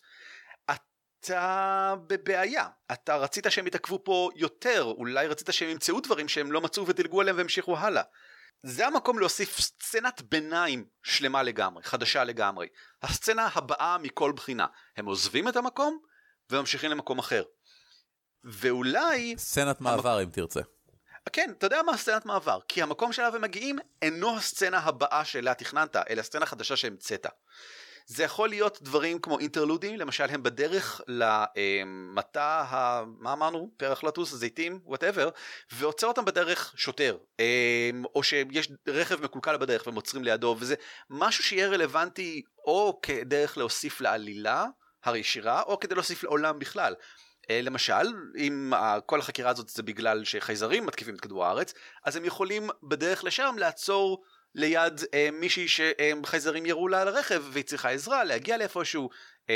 אתה בבעיה, אתה רצית שהם יתעכבו פה יותר, אולי רצית שהם ימצאו דברים שהם לא מצאו ודלגו עליהם והמשיכו הלאה. זה המקום להוסיף סצנת ביניים שלמה לגמרי, חדשה לגמרי. הסצנה הבאה מכל בחינה. הם עוזבים את המקום וממשיכים למקום אחר. ואולי... סצנת מעבר אם תרצה. כן, אתה יודע מה סצנת מעבר? כי המקום שאליו הם מגיעים אינו הסצנה הבאה שאליה תכננת, אלא סצנה חדשה שהמצאת. זה יכול להיות דברים כמו אינטרלודים, למשל הם בדרך למטה, מה אמרנו? פרח לטוס, זיתים, whatever, ועוצר אותם בדרך שוטר, או שיש רכב מקולקל בדרך והם עוצרים לידו, וזה משהו שיהיה רלוונטי או כדרך להוסיף לעלילה הישירה, או כדי להוסיף לעולם בכלל. למשל, אם כל החקירה הזאת זה בגלל שחייזרים מתקיפים את כדור הארץ, אז הם יכולים בדרך לשם לעצור ליד מישהי שחייזרים יראו לה על הרכב והיא צריכה עזרה להגיע לאיפשהו,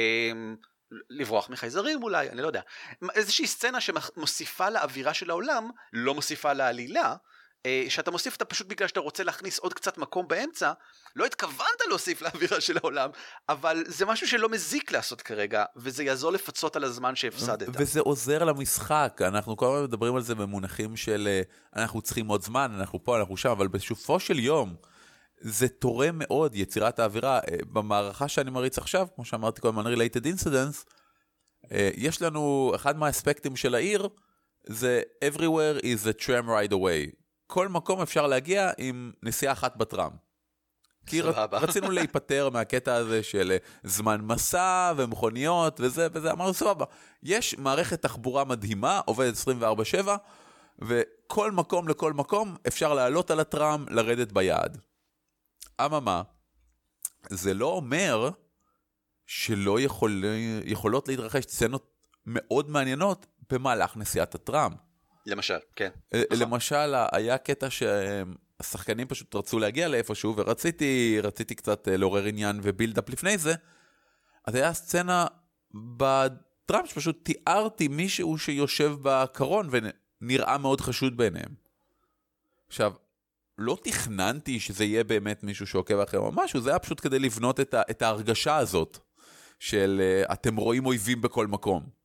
לברוח מחייזרים אולי, אני לא יודע. איזושהי סצנה שמוסיפה לאווירה של העולם, לא מוסיפה לעלילה, שאתה מוסיף אותה פשוט בגלל שאתה רוצה להכניס עוד קצת מקום באמצע, לא התכוונת להוסיף לאווירה של העולם, אבל זה משהו שלא מזיק לעשות כרגע, וזה יעזור לפצות על הזמן שהפסדת. וזה עוזר למשחק, אנחנו כל הזמן מדברים על זה במונחים של אנחנו צריכים עוד זמן, אנחנו פה, אנחנו שם, אבל בסופו של יום, זה תורם מאוד יצירת האווירה. במערכה שאני מריץ עכשיו, כמו שאמרתי כל הזמן, Related Incidents, יש לנו, אחד מהאספקטים של העיר, זה Everywhere is a tram ride away. כל מקום אפשר להגיע עם נסיעה אחת בטרם. כי רצינו להיפטר מהקטע הזה של זמן מסע ומכוניות וזה, אמרנו סבבה. יש מערכת תחבורה מדהימה, עובדת 24/7, וכל מקום לכל מקום אפשר לעלות על הטרם, לרדת ביעד. אממה, זה לא אומר שלא יכולות להתרחש סצנות מאוד מעניינות במהלך נסיעת הטרם. למשל, כן. למשל, היה קטע שהשחקנים פשוט רצו להגיע לאיפשהו, ורציתי קצת לעורר עניין ובילדאפ לפני זה, אז היה סצנה בטרם שפשוט תיארתי מישהו שיושב בקרון ונראה מאוד חשוד ביניהם. עכשיו, לא תכננתי שזה יהיה באמת מישהו שעוקב אחריהם או משהו, זה היה פשוט כדי לבנות את ההרגשה הזאת, של אתם רואים אויבים בכל מקום.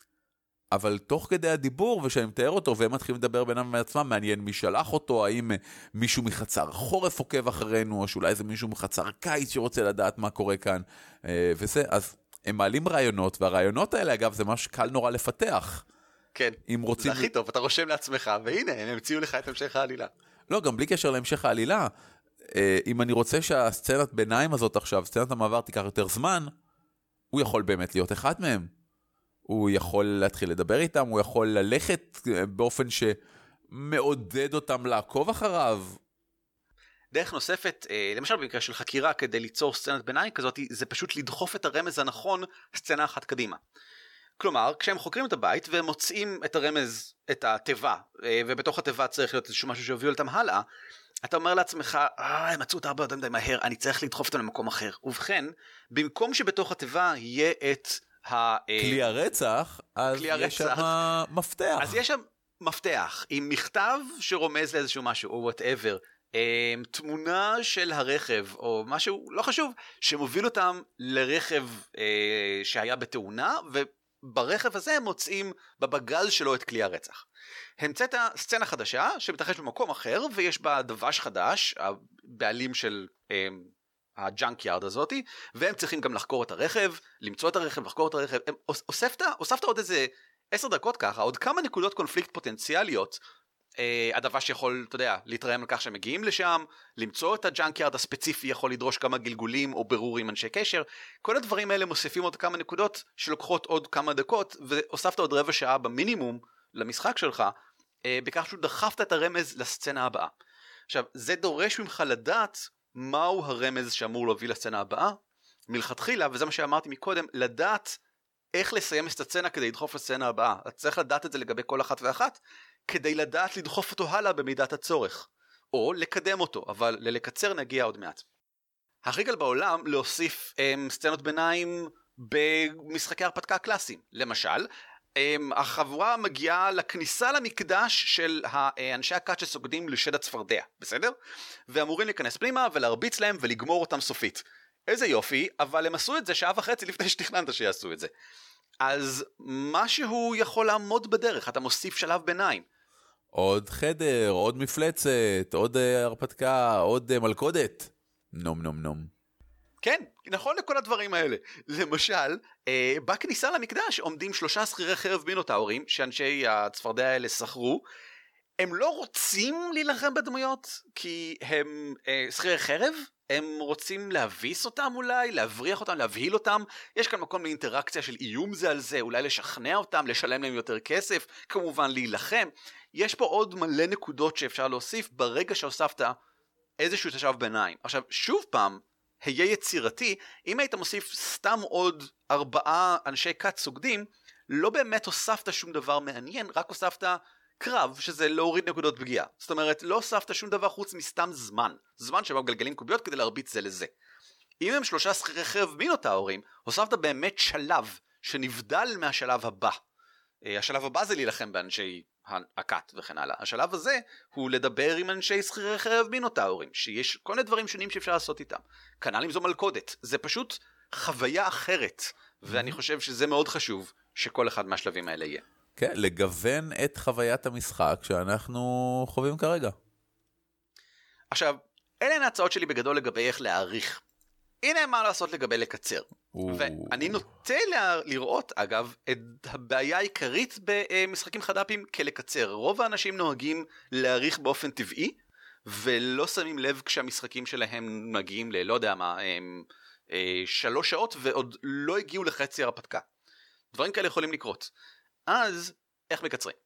אבל תוך כדי הדיבור, ושאני מתאר אותו, והם מתחילים לדבר בינם ובעצמם, מעניין מי שלח אותו, האם מישהו מחצר חורף עוקב אחרינו, או שאולי זה מישהו מחצר קיץ שרוצה לדעת מה קורה כאן, וזה, אז הם מעלים רעיונות, והרעיונות האלה, אגב, זה ממש קל נורא לפתח. כן, רוצים... זה הכי טוב, אתה רושם לעצמך, והנה, הם המציאו לך את המשך העלילה. לא, גם בלי קשר להמשך העלילה, אם אני רוצה שהסצנת ביניים הזאת עכשיו, סצנת המעבר תיקח יותר זמן, הוא יכול באמת להיות אחד מהם. הוא יכול להתחיל לדבר איתם, הוא יכול ללכת באופן שמעודד אותם לעקוב אחריו. דרך נוספת, למשל במקרה של חקירה כדי ליצור סצנת ביניים כזאת, זה פשוט לדחוף את הרמז הנכון סצנה אחת קדימה. כלומר, כשהם חוקרים את הבית והם מוצאים את הרמז, את התיבה, ובתוך התיבה צריך להיות איזשהו משהו שיוביל אותם הלאה, אתה אומר לעצמך, הם מצאו את הרבה יותר מדי מהר, אני צריך לדחוף אותם למקום אחר. ובכן, במקום שבתוך התיבה יהיה את כלי הרצח, אז יש שם מפתח. אז יש שם מפתח עם מכתב שרומז לאיזשהו משהו, או whatever, תמונה של הרכב, או משהו לא חשוב, שמוביל אותם לרכב שהיה בתאונה, וברכב הזה הם מוצאים בבגז שלו את כלי הרצח. המצאת סצנה חדשה שמתרחש במקום אחר, ויש בה דבש חדש, הבעלים של הג'אנק יארד הזאתי, והם צריכים גם לחקור את הרכב, למצוא את הרכב, לחקור את הרכב. הוספת עוד איזה 10 דקות ככה, עוד כמה נקודות קונפליקט פוטנציאליות, הדבש יכול, אתה יודע, להתרעם על כך שהם מגיעים לשם, למצוא את הג'אנק יארד הספציפי יכול לדרוש כמה גלגולים או ברור עם אנשי קשר. כל הדברים האלה מוסיפים עוד כמה נקודות שלוקחות עוד כמה דקות, והוספת עוד רבע שעה במינימום למשחק שלך, בכך שהוא דחפת את הרמז לסצנה הבאה. עכשיו, זה דורש ממך לדעת מהו הרמז שאמור להוביל לסצנה הבאה, מלכתחילה, וזה מה שאמרתי מקודם, לדעת איך לסיים את הסצנה כדי לדחוף לסצנה הבאה. אתה צריך לדעת את זה לגבי כל אחת ואחת, כדי לדעת לדחוף אותו הלאה במידת הצורך, או לקדם אותו, אבל ללקצר נגיע עוד מעט. הכי קל בעולם להוסיף סצנות ביניים במשחקי הרפתקה קלאסיים. למשל, החבורה מגיעה לכניסה למקדש של האנשי הכת שסוגדים לשד הצפרדע, בסדר? ואמורים להיכנס פנימה ולהרביץ להם ולגמור אותם סופית. איזה יופי, אבל הם עשו את זה 1.5 שעה לפני שתכננת שיעשו את זה. אז משהו יכול לעמוד בדרך, אתה מוסיף שלב ביניים. עוד חדר, עוד מפלצת, עוד הרפתקה, עוד מלכודת. נום נום נום. כן, נכון לכל הדברים האלה. למשל, בכניסה למקדש עומדים 3 שכירי חרב מינוטאורים, שאנשי הצפרדע האלה שכרו. הם לא רוצים להילחם בדמויות, כי הם שכירי חרב, הם רוצים להביס אותם אולי, להבריח אותם, להבהיל אותם. יש כאן מקום לאינטראקציה של איום זה על זה, אולי לשכנע אותם, לשלם להם יותר כסף, כמובן להילחם. יש פה עוד מלא נקודות שאפשר להוסיף ברגע שהוספת איזשהו תשב ביניים. עכשיו, שוב פעם, היה יצירתי, אם היית מוסיף סתם עוד 4 אנשי כת סוגדים, לא באמת הוספת שום דבר מעניין, רק הוספת קרב, שזה להוריד נקודות פגיעה. זאת אומרת, לא הוספת שום דבר חוץ מסתם זמן שבו גלגלים קוביות כדי להרביץ זה לזה. אם הם 3 שכירי חרב מינוטאורים, הוספת באמת שלב שנבדל מהשלב הבא. השלב הבא זה להילחם באנשי הכת וכן הלאה. השלב הזה הוא לדבר עם אנשי שכירי חרב מינוטאורים, שיש כל מיני דברים שונים שאפשר לעשות איתם. כנ"ל אם זו מלכודת. זה פשוט חוויה אחרת, ואני חושב שזה מאוד חשוב שכל אחד מהשלבים האלה יהיה. כן, לגוון את חוויית המשחק שאנחנו חווים כרגע. עכשיו, אלה הן ההצעות שלי בגדול לגבי איך להעריך. הנה מה לעשות לגבי לקצר. ואני נוטה לראות, אגב, את הבעיה העיקרית במשחקים חד"פים כלקצר. רוב האנשים נוהגים להעריך באופן טבעי, ולא שמים לב כשהמשחקים שלהם מגיעים לא יודע מה, 3 שעות, ועוד לא הגיעו לחצי הרפתקה. דברים כאלה יכולים לקרות. אז, איך מקצרים?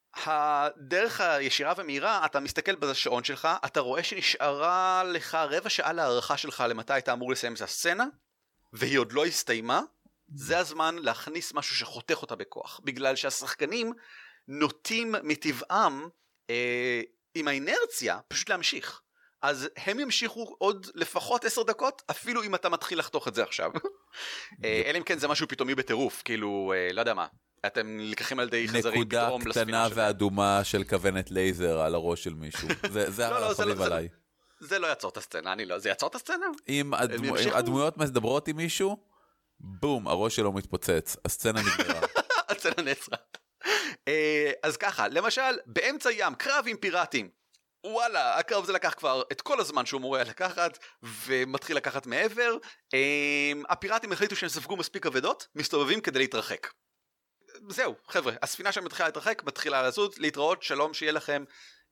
הדרך הישירה ומהירה, אתה מסתכל בשעון שלך, אתה רואה שנשארה לך 15 שעה להערכה שלך למתי אתה אמור לסיים את הסצנה, והיא עוד לא הסתיימה. זה הזמן להכניס משהו שחותך אותה בכוח, בגלל שהשחקנים נוטים מטבעם עם האינרציה פשוט להמשיך. אז הם ימשיכו עוד לפחות 10 דקות, אפילו אם אתה מתחיל לחתוך את זה עכשיו. אלא אם כן זה משהו פתאומי בטירוף, כאילו, לא יודע מה. אתם לקחים על ידי חזרים נקודה פתאום קטנה לספינה שלהם. ואדומה של כוונת לייזר על הראש של מישהו. זה החביב עליי. זה לא יעצור את הסצנה, זה יעצור את הסצנה? אם הדמויות מדברות עם מישהו, בום, הראש שלו מתפוצץ, הסצנה נגמרה. הסצנה נעצרה. אז ככה, למשל, באמצע ים, קרב עם פיראטים. וואלה, הקרב זה לקח כבר את כל הזמן שהוא מורה לקחת, ומתחיל לקחת מעבר. הפיראטים החליטו שהם ספגו מספיק כבדות, מסתובבים כדי להתרחק. זהו, חבר'ה, הספינה שם מתחילה להתרחק, מתחילה לזוז, להתראות, שלום, שיהיה לכם.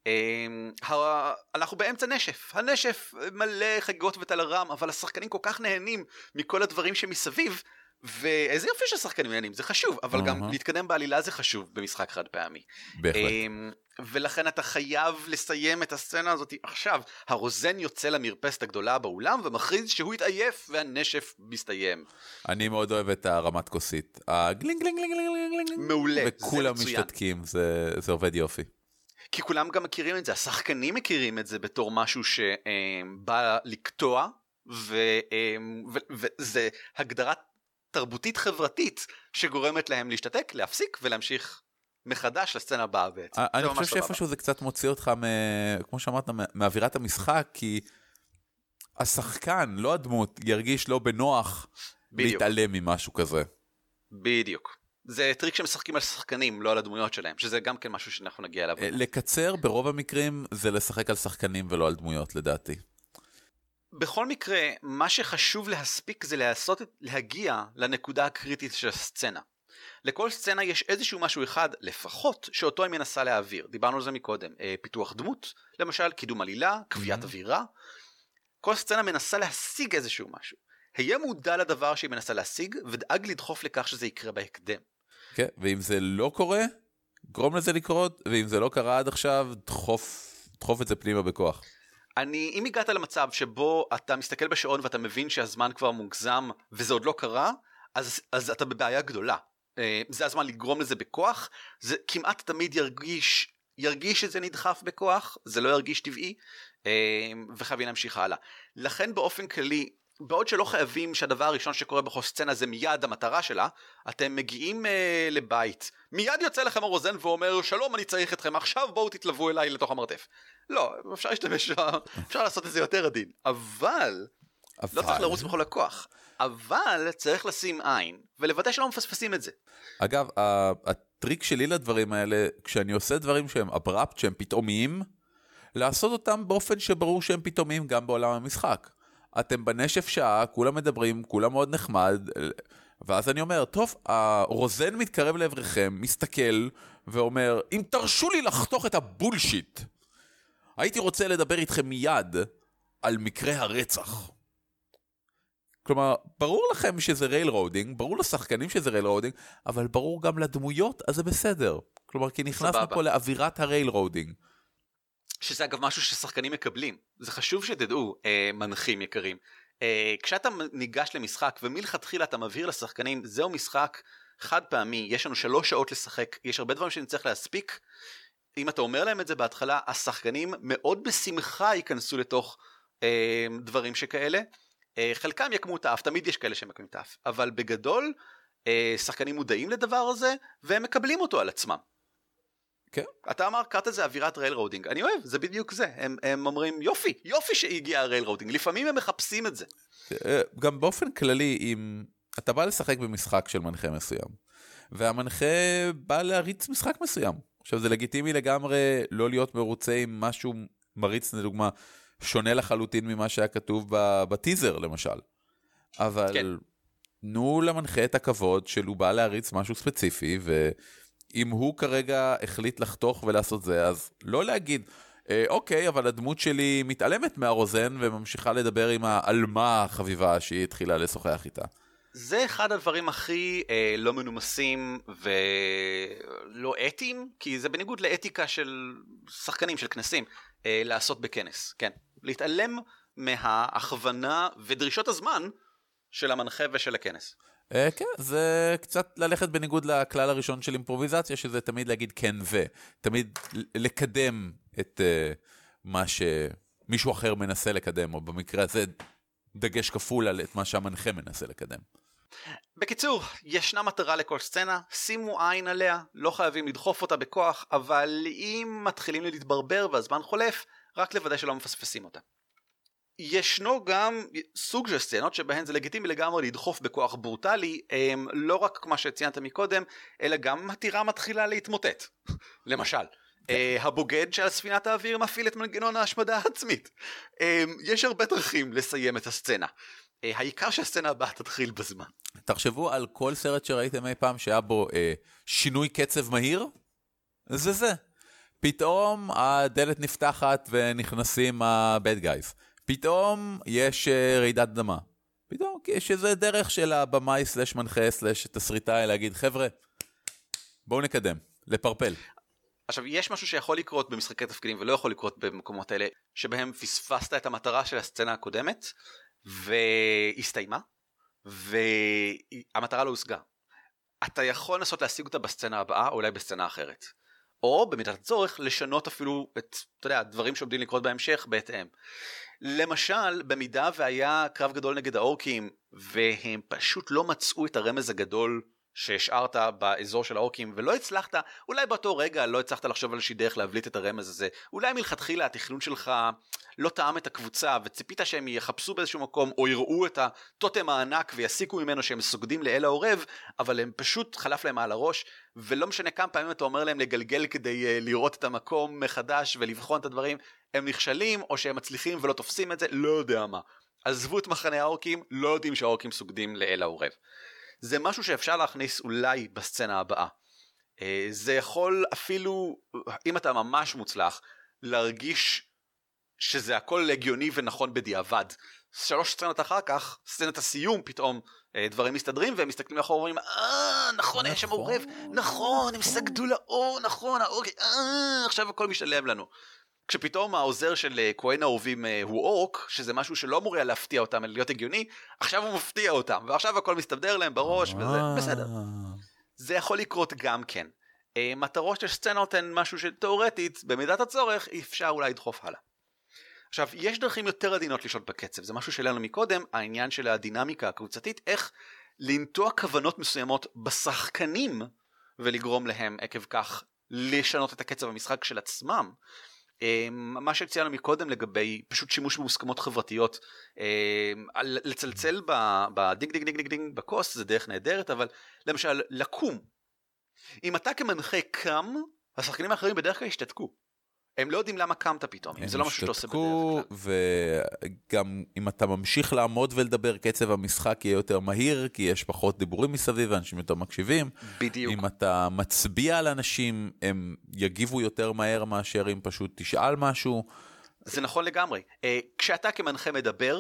אנחנו באמצע נשף, הנשף מלא חגיגות וטלרם, אבל השחקנים כל כך נהנים מכל הדברים שמסביב, ואיזה יופי שהשחקנים נהנים, זה חשוב, אבל גם להתקדם בעלילה זה חשוב במשחק חד פעמי. בהחלט. ולכן אתה חייב לסיים את הסצנה הזאת עכשיו. הרוזן יוצא למרפסת הגדולה באולם ומכריז שהוא התעייף והנשף מסתיים. אני מאוד אוהב את הרמת כוסית. הגלינג גלינג גלינג גלינג גלינג. מעולה, וכולם משתתקים, זה עובד יופי. כי כולם גם מכירים את זה, השחקנים מכירים את זה בתור משהו שבא לקטוע, וזה הגדרת תרבותית חברתית שגורמת להם להשתתק, להפסיק ולהמשיך מחדש לסצנה הבאה בעצם. אני חושב שאיפשהו זה קצת מוציא אותך, כמו שאמרת, מאווירת המשחק, כי השחקן, לא הדמות, ירגיש לא בנוח להתעלם ממשהו כזה. בדיוק. זה טריק שמשחקים על שחקנים, לא על הדמויות שלהם, שזה גם כן משהו שאנחנו נגיע אליו. לקצר, ברוב המקרים, זה לשחק על שחקנים ולא על דמויות, לדעתי. בכל מקרה, מה שחשוב להספיק זה להגיע לנקודה הקריטית של הסצנה. לכל סצנה יש איזשהו משהו אחד לפחות שאותו היא מנסה להעביר. דיברנו על זה מקודם. פיתוח דמות, למשל, קידום עלילה, קביעת אווירה. כל סצנה מנסה להשיג איזשהו משהו. היה מודע לדבר שהיא מנסה להשיג, ודאג לדחוף לכך שזה יקרה בהקדם. כן, ואם זה לא קורה, גרום לזה לקרות, ואם זה לא קרה עד עכשיו, דחוף את זה פנימה בכוח. אם הגעת למצב שבו אתה מסתכל בשעון ואתה מבין שהזמן כבר מוגזם וזה עוד לא קרה, אז אתה בבעיה גדולה. זה הזמן לגרום לזה בכוח, זה כמעט תמיד ירגיש שזה נדחף בכוח, זה לא ירגיש טבעי, וחייבים להמשיך הלאה. לכן באופן כללי, בעוד שלא חייבים שהדבר הראשון שקורה בכל סצנה זה מיד המטרה שלה, אתם מגיעים לבית, מיד יוצא לכם הרוזן ואומר, שלום, אני צריך אתכם, עכשיו בואו תתלוו אליי לתוך המרתף. לא, אפשר להשתמש, אפשר לעשות את זה יותר עדין, אבל לא צריך לרוץ בכל הכוח. אבל צריך לשים עין ולוודא שלא מפספסים את זה. אגב, הטריק שלי לדברים האלה, כשאני עושה דברים שהם אברפט, שהם פתאומיים, לעשות אותם באופן שברור שהם פתאומיים גם בעולם המשחק. אתם בנשף שעה, כולם מדברים, כולם מאוד נחמד, ואז אני אומר, טוב, הרוזן מתקרב לעברכם, מסתכל ואומר, אם תרשו לי לחתוך את הבולשיט, הייתי רוצה לדבר איתכם מיד על מקרה הרצח. כלומר, ברור לכם שזה ריילרודינג, ברור לשחקנים שזה ריילרודינג, אבל ברור גם לדמויות, אז זה בסדר. כלומר, כי נכנסנו פה לאווירת הריילרודינג. שזה אגב משהו ששחקנים מקבלים. זה חשוב שתדעו, מנחים יקרים. כשאתה ניגש למשחק, ומלכתחילה אתה מבהיר לשחקנים, זהו משחק חד פעמי, יש לנו 3 שעות לשחק, יש הרבה דברים שנצטרך להספיק. אם אתה אומר להם את זה בהתחלה, השחקנים מאוד בשמחה ייכנסו לתוך דברים שכאלה. חלקם יקמו תאף, תמיד יש כאלה שמקמים תאף, אבל בגדול שחקנים מודעים לדבר הזה והם מקבלים אותו על עצמם. כן. אתה אמר, קראת זה אווירת ריילרודינג, אני אוהב, זה בדיוק זה, הם אומרים יופי שהגיע הריילרודינג, לפעמים הם מחפשים את זה. גם באופן כללי, אם אתה בא לשחק במשחק של מנחה מסוים, והמנחה בא להריץ משחק מסוים, עכשיו זה לגיטימי לגמרי לא להיות מרוצה עם משהו מריץ, לדוגמה, שונה לחלוטין ממה שהיה כתוב בטיזר למשל. אבל כן. תנו למנחה את הכבוד שהוא בא להריץ משהו ספציפי, ואם הוא כרגע החליט לחתוך ולעשות זה, אז לא להגיד, אוקיי, אבל הדמות שלי מתעלמת מהרוזן, וממשיכה לדבר עם העלמה החביבה שהיא התחילה לשוחח איתה. זה אחד הדברים הכי לא מנומסים ולא אתיים, כי זה בניגוד לאתיקה של שחקנים, של כנסים, לעשות בכנס, כן. להתעלם מההכוונה ודרישות הזמן של המנחה ושל הכנס. כן, זה קצת ללכת בניגוד לכלל הראשון של אימפרוביזציה, שזה תמיד להגיד כן תמיד לקדם את מה שמישהו אחר מנסה לקדם, או במקרה הזה דגש כפול על את מה שהמנחה מנסה לקדם. בקיצור, ישנה מטרה לכל סצנה, שימו עין עליה, לא חייבים לדחוף אותה בכוח, אבל אם מתחילים להתברבר והזמן חולף, רק לוודא שלא מפספסים אותה. ישנו גם סוג של סצנות שבהן זה לגיטימי לגמרי לדחוף בכוח ברוטלי, לא רק כמו שציינת מקודם, אלא גם הטירה מתחילה להתמוטט. למשל, הבוגד שעל ספינת האוויר מפעיל את מנגנון ההשמדה העצמית. יש הרבה דרכים לסיים את הסצנה. העיקר שהסצנה הבאה תתחיל בזמן. תחשבו על כל סרט שראיתם אי פעם שהיה בו שינוי קצב מהיר, זה. פתאום הדלת נפתחת ונכנסים ה-bad guys. פתאום יש רעידת אדמה. פתאום יש איזה דרך של הבמאי סלש מנחה סלש תסריטאי להגיד, חבר'ה, בואו נקדם, לפרפל. עכשיו, יש משהו שיכול לקרות במשחקי תפקידים ולא יכול לקרות במקומות האלה, שבהם פספסת את המטרה של הסצנה הקודמת, והסתיימה, והמטרה לא הושגה. אתה יכול לנסות להשיג אותה בסצנה הבאה, או אולי בסצנה אחרת. או במידת הצורך, לשנות אפילו את, אתה יודע, דברים שעומדים לקרות בהמשך בהתאם. למשל, במידה והיה קרב גדול נגד האורקים, והם פשוט לא מצאו את הרמז הגדול שהשארת באזור של האורקים, ולא הצלחת, אולי באותו רגע לא הצלחת לחשוב על איזושהי דרך להבליט את הרמז הזה, אולי מלכתחילה התכנון שלך לא טעם את הקבוצה, וציפית שהם יחפשו באיזשהו מקום, או יראו את הטוטם הענק, ויסיקו ממנו שהם סוגדים לאל העורב, אבל הם פשוט חלף להם על הראש, ולא משנה כמה פעמים אתה אומר להם לגלגל כדי לראות את המקום מחדש, ולבחון את הדברים, הם נכשלים, או שהם מצליחים ולא תופסים את זה, לא יודע מה. עזבו את מחנה האורקים, לא יודעים שהאורקים סוגדים לאל העורב. זה משהו שאפשר להכניס אולי בסצנה הבאה. זה יכול אפילו, אם אתה ממש מוצלח, להרגיש שזה הכל הגיוני ונכון בדיעבד. 3 סצנות אחר כך, סצנת הסיום, פתאום דברים מסתדרים, והם מסתכלים לאחור ואומרים, נכון, היה שם עורב, נכון, הם סגדו לאור, נכון, עכשיו הכל משתלם לנו. כשפתאום העוזר של כהן האהובים הוא אורק, שזה משהו שלא אמור היה להפתיע אותם, אלא להיות הגיוני, עכשיו הוא מפתיע אותם, ועכשיו הכל מסתדר להם בראש, וזה בסדר. זה יכול לקרות גם כן. מטרות של סצנות הן משהו שתאורטית, במידת הצורך, אפשר אולי לדחוף הלאה. עכשיו, יש דרכים יותר עדינות לשלוט בקצב, זה משהו שלנו מקודם, העניין של הדינמיקה הקבוצתית, איך לנטוע כוונות מסוימות בשחקנים, ולגרום להם עקב כך לשנות את הקצב המשחק של עצמם. מה שציינו מקודם לגבי פשוט שימוש במוסכמות חברתיות, לצלצל בדינג דינג דינג דינג בכוס זה דרך נהדרת, אבל למשל לקום, אם אתה כמנחה קם, השחקנים האחרים בדרך כלל ישתתקו, הם לא יודעים למה קמת פתאום, אם זה לא משהו שאתה עושה בדרך כלל. וגם אם אתה ממשיך לעמוד ולדבר, קצב המשחק יהיה יותר מהיר, כי יש פחות דיבורים מסביב, ואנשים יותר מקשיבים. בדיוק. אם אתה מצביע על אנשים, הם יגיבו יותר מהר מאשר אם פשוט תשאל משהו. זה נכון לגמרי. כשאתה כמנחה מדבר,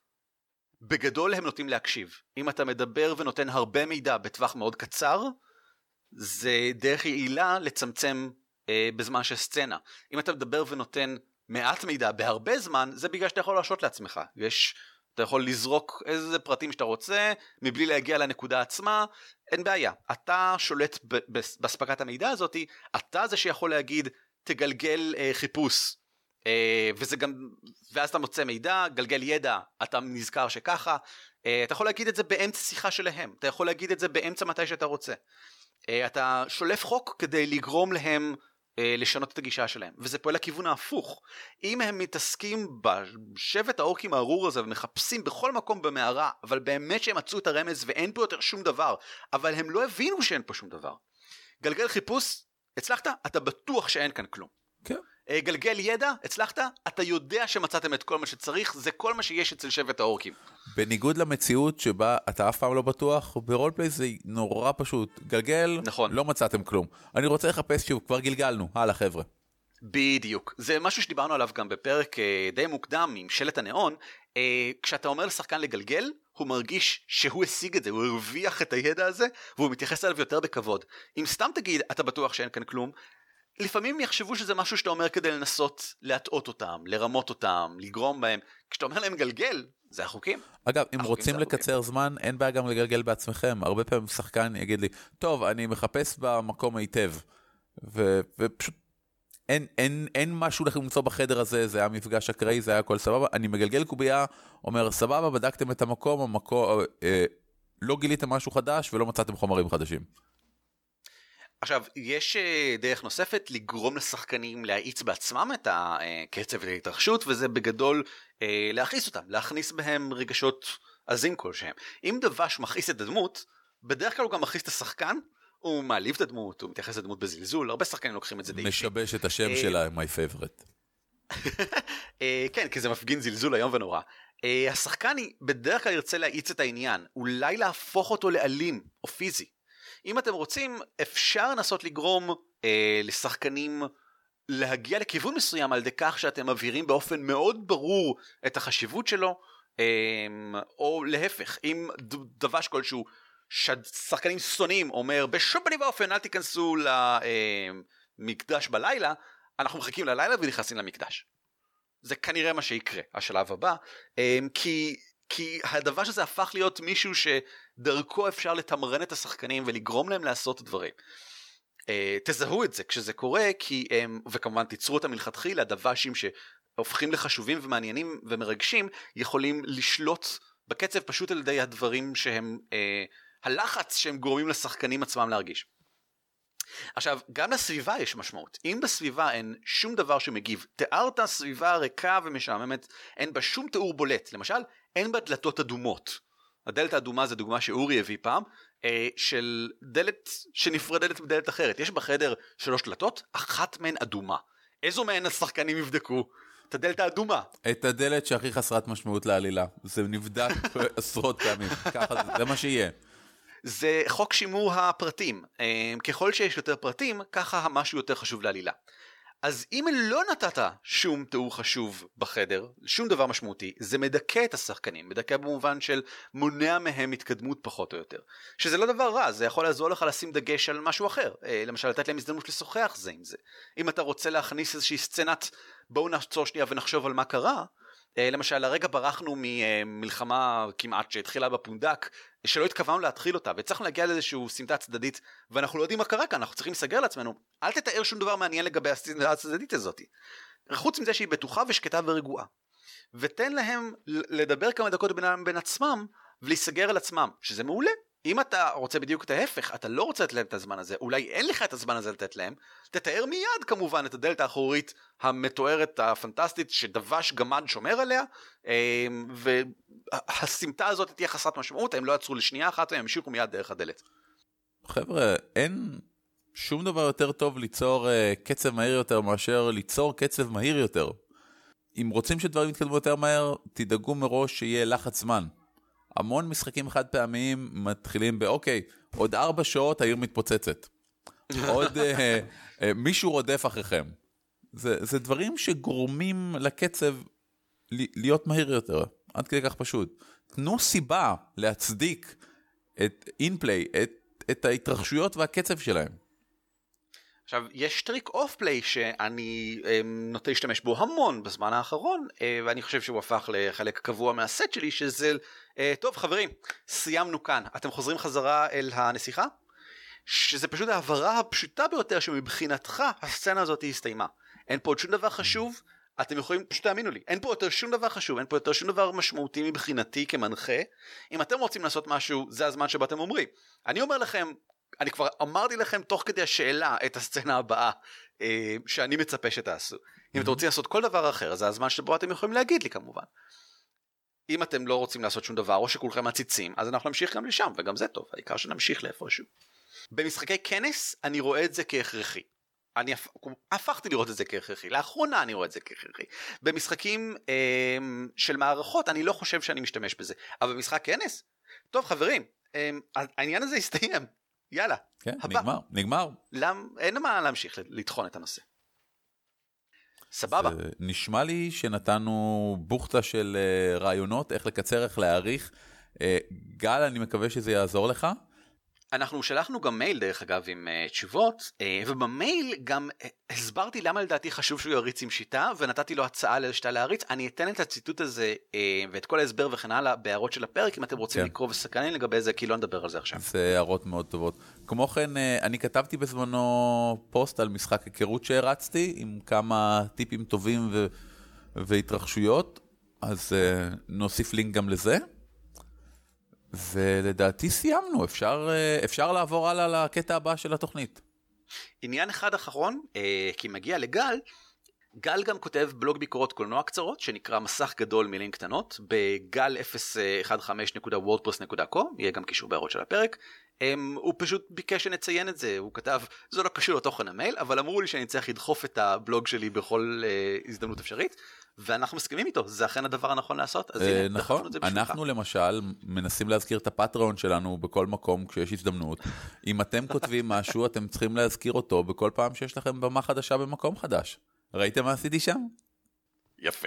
בגדול הם נוטים להקשיב. אם אתה מדבר ונותן הרבה מידע בטווח מאוד קצר, זה דרך יעילה לצמצם בזמן של סצנה. אם אתה מדבר ונותן מעט מידע בהרבה זמן, זה בגלל שאתה יכול להרשות לעצמך. אתה יכול לזרוק איזה פרטים שאתה רוצה, מבלי להגיע לנקודה עצמה, אין בעיה. אתה שולט בספקת המידע הזאת, אתה זה שיכול להגיד, תגלגל חיפוש, וזה גם, ואז אתה מוצא מידע, גלגל ידע, אתה נזכר שככה, אתה יכול להגיד את זה באמצע שיחה שלהם, אתה יכול להגיד את זה באמצע מתי שאתה רוצה. אתה שולף חוק כדי לגרום להם לשנות את הגישה שלהם, וזה פועל לכיוון ההפוך. אם הם מתעסקים בשבט האורקים הארור הזה ומחפשים בכל מקום במערה, אבל באמת שהם מצאו את הרמז ואין פה יותר שום דבר, אבל הם לא הבינו שאין פה שום דבר. גלגל חיפוש, הצלחת? אתה בטוח שאין כאן כלום. כן. גלגל ידע, הצלחת? אתה יודע שמצאתם את כל מה שצריך, זה כל מה שיש אצל שבט האורקים. בניגוד למציאות שבה אתה אף פעם לא בטוח, ברולפליי זה נורא פשוט. גלגל, נכון. לא מצאתם כלום. אני רוצה לחפש שוב, כבר גלגלנו, הלאה חבר'ה. בדיוק. זה משהו שדיברנו עליו גם בפרק די מוקדם עם שלט הנאון. כשאתה אומר לשחקן לגלגל, הוא מרגיש שהוא השיג את זה, הוא הרוויח את הידע הזה, והוא מתייחס אליו יותר בכבוד. אם סתם תגיד, אתה בטוח שאין כאן כלום, לפעמים יחשבו שזה משהו שאתה אומר כדי לנסות להטעות אותם, לרמות אותם, לגרום בהם. כשאתה אומר להם גלגל, זה החוקים. אגב, אם רוצים לקצר זמן, אין בעיה גם לגלגל בעצמכם. הרבה פעמים שחקן יגיד לי, טוב, אני מחפש במקום היטב. ופשוט אין משהו לכם למצוא בחדר הזה, זה היה מפגש אקראי, זה היה הכל סבבה. אני מגלגל קובייה, אומר, סבבה, בדקתם את המקום, לא גיליתם משהו חדש ולא מצאתם חומרים חדשים. עכשיו, יש דרך נוספת לגרום לשחקנים להאיץ בעצמם את הקצב ואת ההתרחשות, וזה בגדול להכניס אותם, להכניס בהם רגשות עזים כלשהם. אם דבש מכניס את הדמות, בדרך כלל הוא גם מכניס את השחקן, הוא מעליב את הדמות, הוא מתייחס לדמות בזלזול, הרבה שחקנים לוקחים את זה די אישי. משבש את השם שלה, my favorite. כן, כי זה מפגין זלזול היום ונורא. השחקן בדרך כלל ירצה להאיץ את העניין, אולי להפוך אותו לאלים או פיזי. אם אתם רוצים, אפשר לנסות לגרום לשחקנים להגיע לכיוון מסוים על ידי כך שאתם מבהירים באופן מאוד ברור את החשיבות שלו, או להפך, אם דבש כלשהו ששחקנים שונאים אומר בשום פנים ואופן אל תיכנסו למקדש בלילה, אנחנו מחכים ללילה ונכנסים למקדש. זה כנראה מה שיקרה, השלב הבא, כי הדבר שזה הפך להיות מישהו שדרכו אפשר לתמרן את השחקנים ולגרום להם לעשות דברים. תזהו את זה כשזה קורה, וכמובן תיצרו אותם מלכתחילה, דבשים שהופכים לחשובים ומעניינים ומרגשים, יכולים לשלוט בקצב פשוט על ידי הדברים שהם, הלחץ שהם גורמים לשחקנים עצמם להרגיש. עכשיו, גם לסביבה יש משמעות. אם בסביבה אין שום דבר שמגיב, תיארת סביבה ריקה ומשעממת, אין בה שום תיאור בולט. למשל, אין בה דלתות אדומות. הדלת האדומה זה דוגמה שאורי הביא פעם, של דלת שנפרדת בדלת אחרת. יש בחדר 3 דלתות, אחת מהן אדומה. איזו מהן השחקנים יבדקו? את הדלת האדומה. את הדלת שהכי חסרת משמעות לעלילה. זה נבדק עשרות פעמים. ככה זה מה שיהיה. זה חוק שימור הפרטים. ככל שיש יותר פרטים, ככה המשהו יותר חשוב לעלילה. אז אם לא נתת שום תיאור חשוב בחדר, שום דבר משמעותי, זה מדכא את השחקנים, מדכא במובן של מונע מהם התקדמות פחות או יותר. שזה לא דבר רע, זה יכול לעזור לך לשים דגש על משהו אחר. למשל, לתת להם הזדמנות לשוחח זה עם זה. אם אתה רוצה להכניס איזושהי סצנת, בואו נעצור שנייה ונחשוב על מה קרה, למשל, הרגע ברחנו ממלחמה כמעט שהתחילה בפונדק, שלא התכוונו להתחיל אותה, וצריכנו להגיע לאיזשהו סמטה צדדית, ואנחנו לא יודעים מה קרה כאן, אנחנו צריכים לסגר לעצמנו. אל תתאר שום דבר מעניין לגבי הסמטה הצדדית הזאת. חוץ מזה שהיא בטוחה ושקטה ורגועה. ותן להם לדבר כמה דקות בין עצמם, ולהיסגר על עצמם, שזה מעולה. אם אתה רוצה בדיוק את ההפך, אתה לא רוצה לתת להם את הזמן הזה, אולי אין לך את הזמן הזה לתת להם, תתאר מיד כמובן את הדלת האחורית המתוארת הפנטסטית שדבש גמד שומר עליה, והסמטה הזאת תהיה חסרת משמעות, הם לא יצרו לשנייה אחת והם ימשיכו מיד דרך הדלת. חבר'ה, אין שום דבר יותר טוב ליצור קצב מהיר יותר מאשר ליצור קצב מהיר יותר. אם רוצים שדברים יתקדמו יותר מהר, תדאגו מראש שיהיה לחץ זמן. המון משחקים חד פעמיים מתחילים באוקיי, עוד 4 שעות העיר מתפוצצת. עוד מישהו רודף אחריכם. זה דברים שגורמים לקצב להיות מהיר יותר. עד כדי כך פשוט. תנו סיבה להצדיק את אינפליי, את ההתרחשויות והקצב שלהם. עכשיו, יש טריק אוף פליי שאני נוטה להשתמש בו המון בזמן האחרון, ואני חושב שהוא הפך לחלק קבוע מהסט שלי, שזה, טוב חברים, סיימנו כאן, אתם חוזרים חזרה אל הנסיכה, שזה פשוט העברה הפשוטה ביותר שמבחינתך הסצנה הזאת הסתיימה. אין פה עוד שום דבר חשוב, אתם יכולים, פשוט תאמינו לי, אין פה יותר שום דבר חשוב, אין פה יותר שום דבר משמעותי מבחינתי כמנחה. אם אתם רוצים לעשות משהו, זה הזמן שבו אתם אומרים. אני אומר לכם, אני כבר אמרתי לכם תוך כדי השאלה את הסצנה הבאה שאני מצפה שתעשו. אם אתם רוצים לעשות כל דבר אחר, זה הזמן שבו אתם יכולים להגיד לי כמובן. אם אתם לא רוצים לעשות שום דבר, או שכולכם מציצים, אז אנחנו נמשיך גם לשם, וגם זה טוב, העיקר שנמשיך לאיפשהו. במשחקי כנס, אני רואה את זה כהכרחי. אני הפכתי לראות את זה כהכרחי. לאחרונה אני רואה את זה כהכרחי. במשחקים של מערכות, אני לא חושב שאני משתמש בזה. אבל במשחק כנס, טוב חברים, העניין הזה הסתיים. יאללה, כן, הבא. נגמר. אין מה להמשיך לטחון את הנושא. סבבה. נשמע לי שנתנו בוכתה של רעיונות, איך לקצר, איך להאריך. גל, אני מקווה שזה יעזור לך. אנחנו שלחנו גם מייל דרך אגב עם תשובות, ובמייל גם הסברתי למה לדעתי חשוב שהוא יריץ עם שיטה, ונתתי לו הצעה לשיטה להריץ. אני אתן את הציטוט הזה ואת כל ההסבר וכן הלאה בהערות של הפרק, אם אתם רוצים לקרוא וסקרנים לגבי זה, כי לא נדבר על זה עכשיו. זה הערות מאוד טובות. כמו כן, אני כתבתי בזמנו פוסט על משחק היכרות שהרצתי, עם כמה טיפים טובים והתרחשויות, אז נוסיף לינק גם לזה. ולדעתי סיימנו, אפשר לעבור הלאה לקטע הבא של התוכנית. עניין אחד אחרון, כי מגיע לגל, גל גם כותב בלוג ביקורות קולנוע קצרות, שנקרא מסך גדול מילים קטנות, בגל 015.wordpress.com, יהיה גם קישור בהערות של הפרק. הוא פשוט ביקש שנציין את זה, הוא כתב, זה לא קשור לתוכן המייל, אבל אמרו לי שאני צריך לדחוף את הבלוג שלי בכל הזדמנות אפשרית, ואנחנו מסכימים איתו, זה אכן הדבר הנכון לעשות, אז הנה, נכון, אנחנו למשל מנסים להזכיר את הפטריון שלנו בכל מקום כשיש הזדמנות. אם אתם כותבים משהו, אתם צריכים להזכיר אותו בכל פעם שיש לכם במה חדשה במקום חדש. ראיתם מה עשיתי שם? יפה.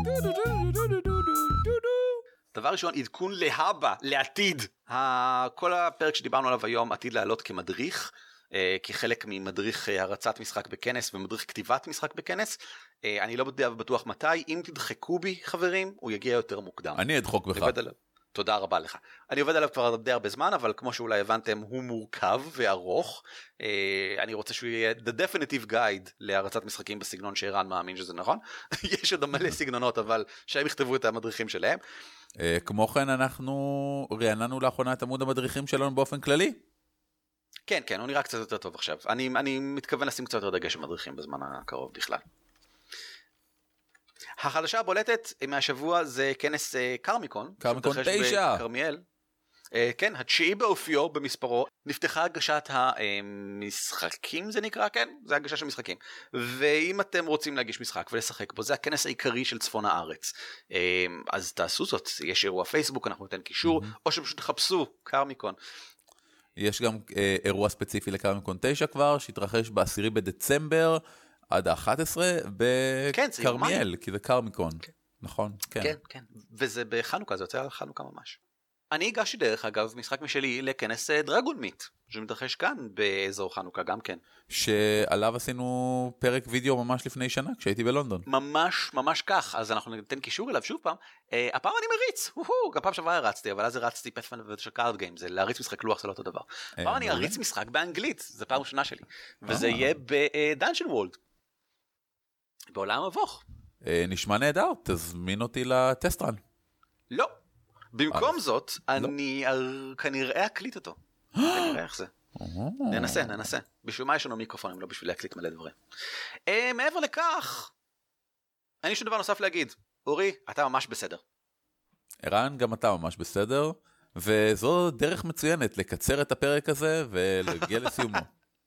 דבר ראשון, עדכון להבא, לעתיד. כל הפרק שדיברנו עליו היום עתיד לעלות כמדריך, כחלק ממדריך הרצת משחק בכנס ומדריך כתיבת משחק בכנס. אני לא יודע בטוח מתי, אם תדחקו בי חברים, הוא יגיע יותר מוקדם. אני אדחוק בך. תודה רבה לך. אני עובד עליו כבר די הרבה זמן, אבל כמו שאולי הבנתם, הוא מורכב וארוך. אני רוצה שהוא יהיה the definitive guide להרצת משחקים בסגנון שערן מאמין שזה נכון. יש עוד מלא סגנונות, אבל שהם יכתבו את המדריכים שלהם. כמו כן, אנחנו רעננו לאחרונה את עמוד המדריכים שלנו באופן כללי. כן, כן, הוא נראה קצת יותר טוב עכשיו. אני מתכוון לשים קצת יותר דגש במדריכים בזמן הקרוב בכלל. החדשה הבולטת מהשבוע זה כנס קרמיקון. קרמיקון 9. בקרמיאל. כן, התשיעי באופיו במספרו. נפתחה הגשת המשחקים זה נקרא, כן? זה הגשה של משחקים. ואם אתם רוצים להגיש משחק ולשחק בו, זה הכנס העיקרי של צפון הארץ. אז תעשו זאת. יש אירוע פייסבוק, אנחנו ניתן קישור, או שפשוט תחפשו קרמיקון. יש גם אירוע ספציפי לקרמיקון 9 כבר, שהתרחש ב10 בדצמבר, עד ה-11 בקרמיאל, כי זה קרמיקון. נכון, כן. כן, כן. וזה בחנוכה, זה יוצא על חנוכה ממש. אני הגשתי דרך אגב משחק משלי לכנס דרגון מיט, שמתרחש כאן באזור חנוכה גם כן. שעליו עשינו פרק וידאו ממש לפני שנה, כשהייתי בלונדון. ממש, ממש כך. אז אנחנו ניתן קישור אליו שוב פעם. הפעם אני מריץ, גם פעם שעברה הרצתי, אבל אז הרצתי פאת'פיינדר של קארד גיים, זה להריץ משחק לוח, זה לא אותו דבר. הפעם אני אריץ משחק באנגלית, זה פעם ראשונה שלי. וזה יהיה בדאנג'ן וולד. בעולם מבוך. נשמע נהדר, תזמין אותי לטסטרן. לא. במקום זאת, אני כנראה אקליט אותו. נראה איך זה. ננסה. בשביל מה יש לנו מיקרופונים, לא בשביל להקליט מלא דברים. מעבר לכך, אין לי שום דבר נוסף להגיד. אורי, אתה ממש בסדר. ערן, גם אתה ממש בסדר, וזו דרך מצוינת לקצר את הפרק הזה ולהגיע לסיומו.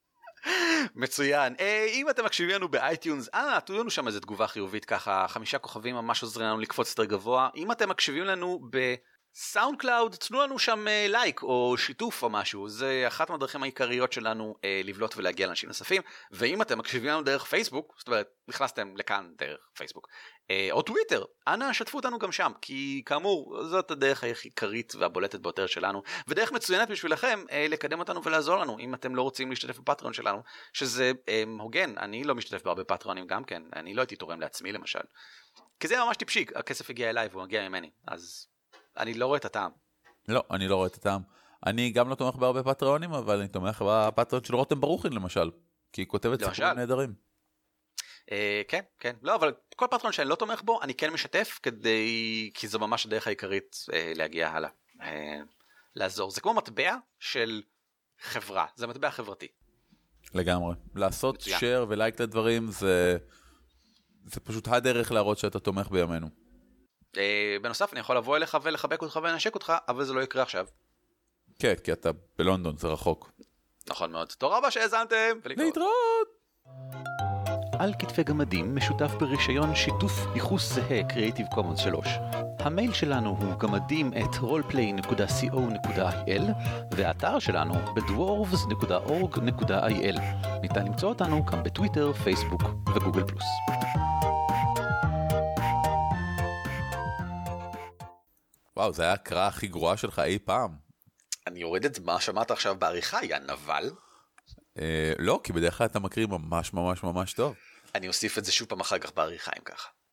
מצוין. אם אתם מקשיבים לנו באייטיונס, תנו לנו שם איזו תגובה חיובית ככה, 5 כוכבים ממש עוזרים לנו לקפוץ יותר גבוה. אם אתם מקשיבים לנו בסאונד קלאוד, תנו לנו שם לייק או שיתוף או משהו, זה אחת מהדרכים העיקריות שלנו לבלוט ולהגיע לאנשים נוספים. ואם אתם מקשיבים לנו דרך פייסבוק, זאת אומרת, נכנסתם לכאן דרך פייסבוק, או טוויטר, אנא שתפו אותנו גם שם, כי כאמור, זאת הדרך העיקרית והבולטת ביותר שלנו, ודרך מצוינת בשבילכם לקדם אותנו ולעזור לנו, אם אתם לא רוצים להשתתף בפטריון שלנו, שזה הוגן, אני לא משתתף בהרבה פטריונים גם כן, אני לא הייתי תורם לעצמי למשל, כי זה ממש טיפשי, הכסף הגיע אליי והוא מגיע ממני, אז אני לא רואה את הטעם. לא, אני לא רואה את הטעם. אני גם לא תומך בהרבה פטריונים, אבל אני תומך בפטריון של רותם ברוכין למשל, כי היא כותבת סיפורים נהדרים. כן, כן. לא, אבל כל פטריון שאני לא תומך בו, אני כן משתף, כי זו ממש הדרך העיקרית להגיע הלאה. לעזור. זה כמו מטבע של חברה, זה מטבע חברתי. לגמרי. לעשות share ולייק לדברים, זה פשוט הדרך להראות שאתה תומך בימינו. בנוסף, אני יכול לבוא אליך ולחבק אותך ולנשק אותך, אבל זה לא יקרה עכשיו. כן, כי אתה בלונדון, זה רחוק. נכון מאוד. תודה רבה שהאזנתם. להתראות. על כתפי גמדים משותף ברישיון שיתוף ייחוס זהה Creative Commons 3. המייל שלנו הוא gamadim@roleplay.co.il והאתר שלנו bdwarves.org.il. ניתן למצוא אותנו גם בטוויטר, פייסבוק וגוגל פלוס. וואו, זה היה הקראה הכי גרועה שלך אי פעם. אני יורד את מה שמעת עכשיו בעריכה, יא נבל. לא, כי בדרך כלל אתה מקריא ממש ממש ממש טוב. אני אוסיף את זה שוב פעם אחר כך בעריכה אם ככה.